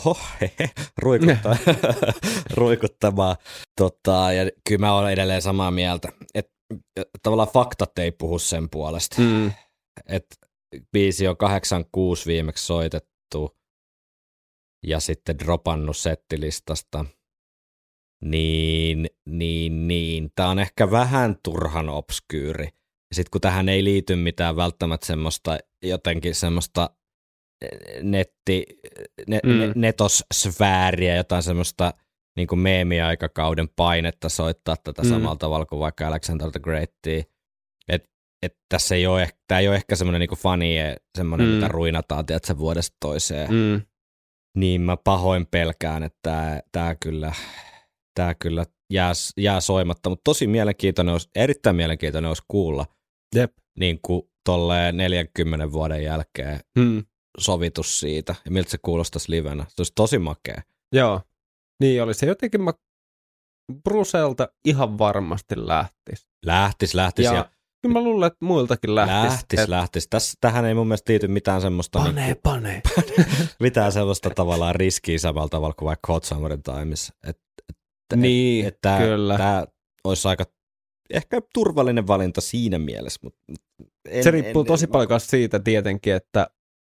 ruikuttamaan. Ja kyllä mä olen edelleen samaa mieltä, että tavallaan faktat ei puhu sen puolesta. Että biisi on 86 viimeksi soitettu ja sitten dropannut settilistasta. Niin. Tämä on ehkä vähän turhan obskyyri. Ja sitten kun tähän ei liity mitään välttämättä semmoista jotenkin semmoista netossfääriä, jotain semmoista niin kuin meemiaikakauden painetta soittaa tätä samalla tavalla kuin vaikka Alexander the Greatia. Että tässä ei ole, tämä ei ole ehkä semmoinen niin kuin fanie, semmoinen mitä ruinataan tiedätkö, vuodesta toiseen. Niin mä pahoin pelkään, että tämä kyllä jää soimatta, mutta tosi mielenkiintoinen olisi, erittäin mielenkiintoinen olisi kuulla niin kuin tolleen 40 vuoden jälkeen sovitus siitä, ja miltä se kuulostaisi livenä. Se olisi tosi makea. Joo, niin oli se jotenkin, Brucelta ihan varmasti lähtisi. Lähtisi. Ja kyllä mä luulen, että muiltakin lähtisi. Tähän ei mun mielestä liity mitään semmoista Pane. mitään semmoista tavallaan riskiä samalla tavalla kuin vaikka Hot Summer Times. Niin, kyllä. Tämä olisi aika ehkä turvallinen valinta siinä mielessä. Mutta se riippuu tosi paljon siitä tietenkin, että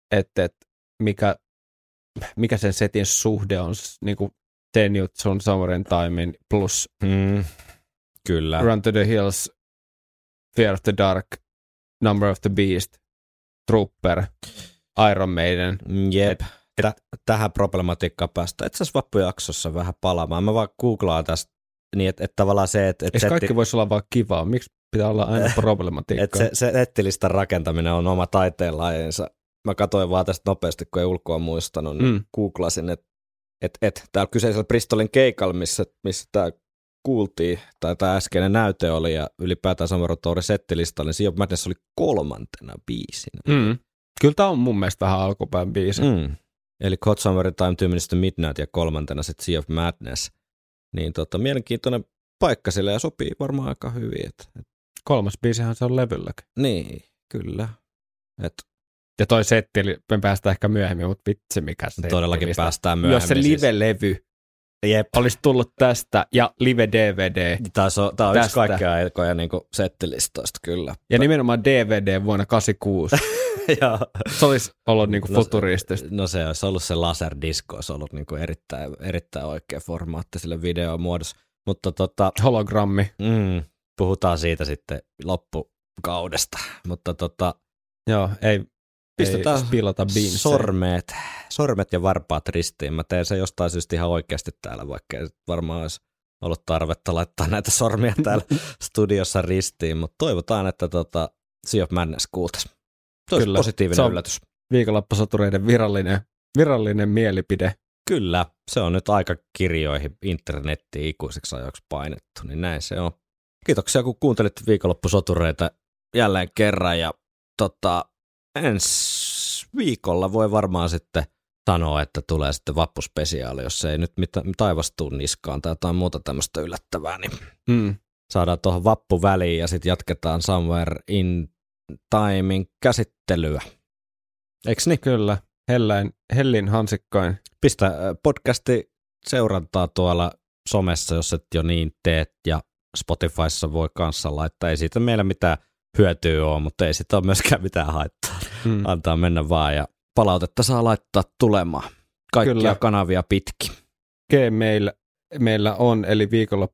mikä sen setin suhde on niin kuin Ten Youths on Summer in Time plus kyllä. Run to the Hills, Fear of the Dark, Number of the Beast, Trooper, Iron Maiden. Jep. Tähän problematiikkaan päästä itse asiassa vappujaksossa vähän palaamaan. Mä vaan googlaan tästä niin, että tavallaan se, että kaikki voisi olla vaan kivaa. Miksi pitää olla aina problematiikkaa? Että se settilistan rakentaminen on oma taiteenlajinsa. Mä katsoin vaan tästä nopeasti, kun ei ulkoa muistanut, niin googlasin, että täällä kyseisellä Bristolin keikalla, missä tämä kuultiin, tai tämä äskeinen näyte oli, ja ylipäätään Samurai settilistalla, niin Sea of Madness oli 3. biisinä. Kyllä tämä on mun mielestä vähän alkupään biisi. Eli Hot Summer Time, 2 Minutes to Midnight ja 3. sitten Sea of Madness. Niin mielenkiintoinen paikka sille ja sopii varmaan aika hyvin. 3. biisihän se on levylläkin. Niin, kyllä. Ja toi setti, me päästään ehkä myöhemmin, mutta vitsi mikä se. Todellakin päästään myöhemmin. Jos se live-levy olisi tullut tästä ja live-DVD. Tämä on yksi kaikkea aikoja niin settilistoista, kyllä. Ja nimenomaan DVD vuonna 86. Se olisi ollut niin kuin futuristista. No se olisi ollut se laserdisco, olisi ollut niin kuin erittäin oikea formaatti sille videomuodossa. Mutta hologrammi. Puhutaan siitä sitten loppukaudesta. Mutta joo, ei pilata binsejä. Sormet ja varpaat ristiin. Mä teen se jostain syystä ihan oikeasti täällä, vaikka ei varmaan olisi ollut tarvetta laittaa näitä sormia täällä studiossa ristiin, mutta toivotaan, että Sea of Madness kuultaisiin. Se olisi positiivinen yllätys. Viikonloppusotureiden virallinen mielipide. Kyllä, se on nyt aika kirjoihin internettiin ikuiseksi ajoiksi painettu, niin näin se on. Kiitoksia, kun kuuntelit Viikonloppusotureita jälleen kerran, ja ensi viikolla voi varmaan sitten sanoa, että tulee sitten vappuspesiaali, jos ei nyt taivas tuu niskaan tai jotain muuta tämmöistä yllättävää, niin saadaan tuohon vappuväliin ja sitten jatketaan Somewhere in Timein käsittelyä. Eiks niin? Kyllä, hellin hansikkain. Pistä podcasti seurantaa tuolla somessa, jos et jo niin teet, ja Spotifyssa voi kanssa laittaa. Ei siitä meillä mitään hyötyä ole, mutta ei siitä ole myöskään mitään haittaa. Antaa mennä vaan, ja palautetta saa laittaa tulemaan. Kaikkia Kyllä. kanavia pitkin. Gmail meillä on, eli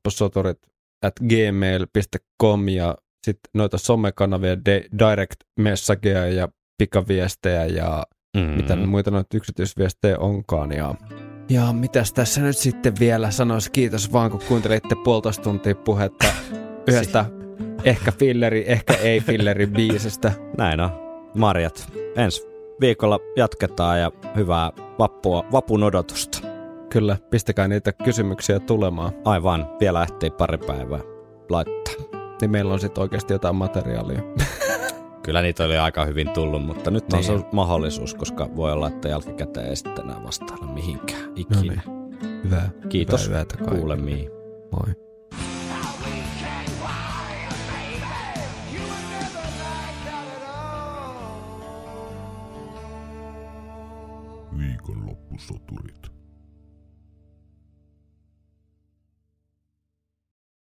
viikonloppusoturit@gmail.com, ja sitten noita somekanavia, direct messageja ja pikaviestejä ja mitä muita noita yksityisviestejä onkaan. Ja mitäs tässä nyt sitten vielä sanoisi, kiitos vaan kun kuuntelitte 1,5 tuntia puhetta yhdestä ehkä filleri, ehkä ei filleri biisistä. Näin on. Marjat. Ensi viikolla jatketaan ja hyvää vapun odotusta. Kyllä, pistäkää niitä kysymyksiä tulemaan. Aivan, vielä ehtii pari päivää laittaa. Niin meillä on sitten oikeasti jotain materiaalia. Kyllä niitä oli aika hyvin tullut, mutta nyt on se mahdollisuus, koska voi olla, että jälkikäteen ei sitten enää vastailla mihinkään ikinä. No niin. Hyvä. Kiitos. Hyvää yötä kaikille. Kuulemiin. Moi. Viikonloppusoturit.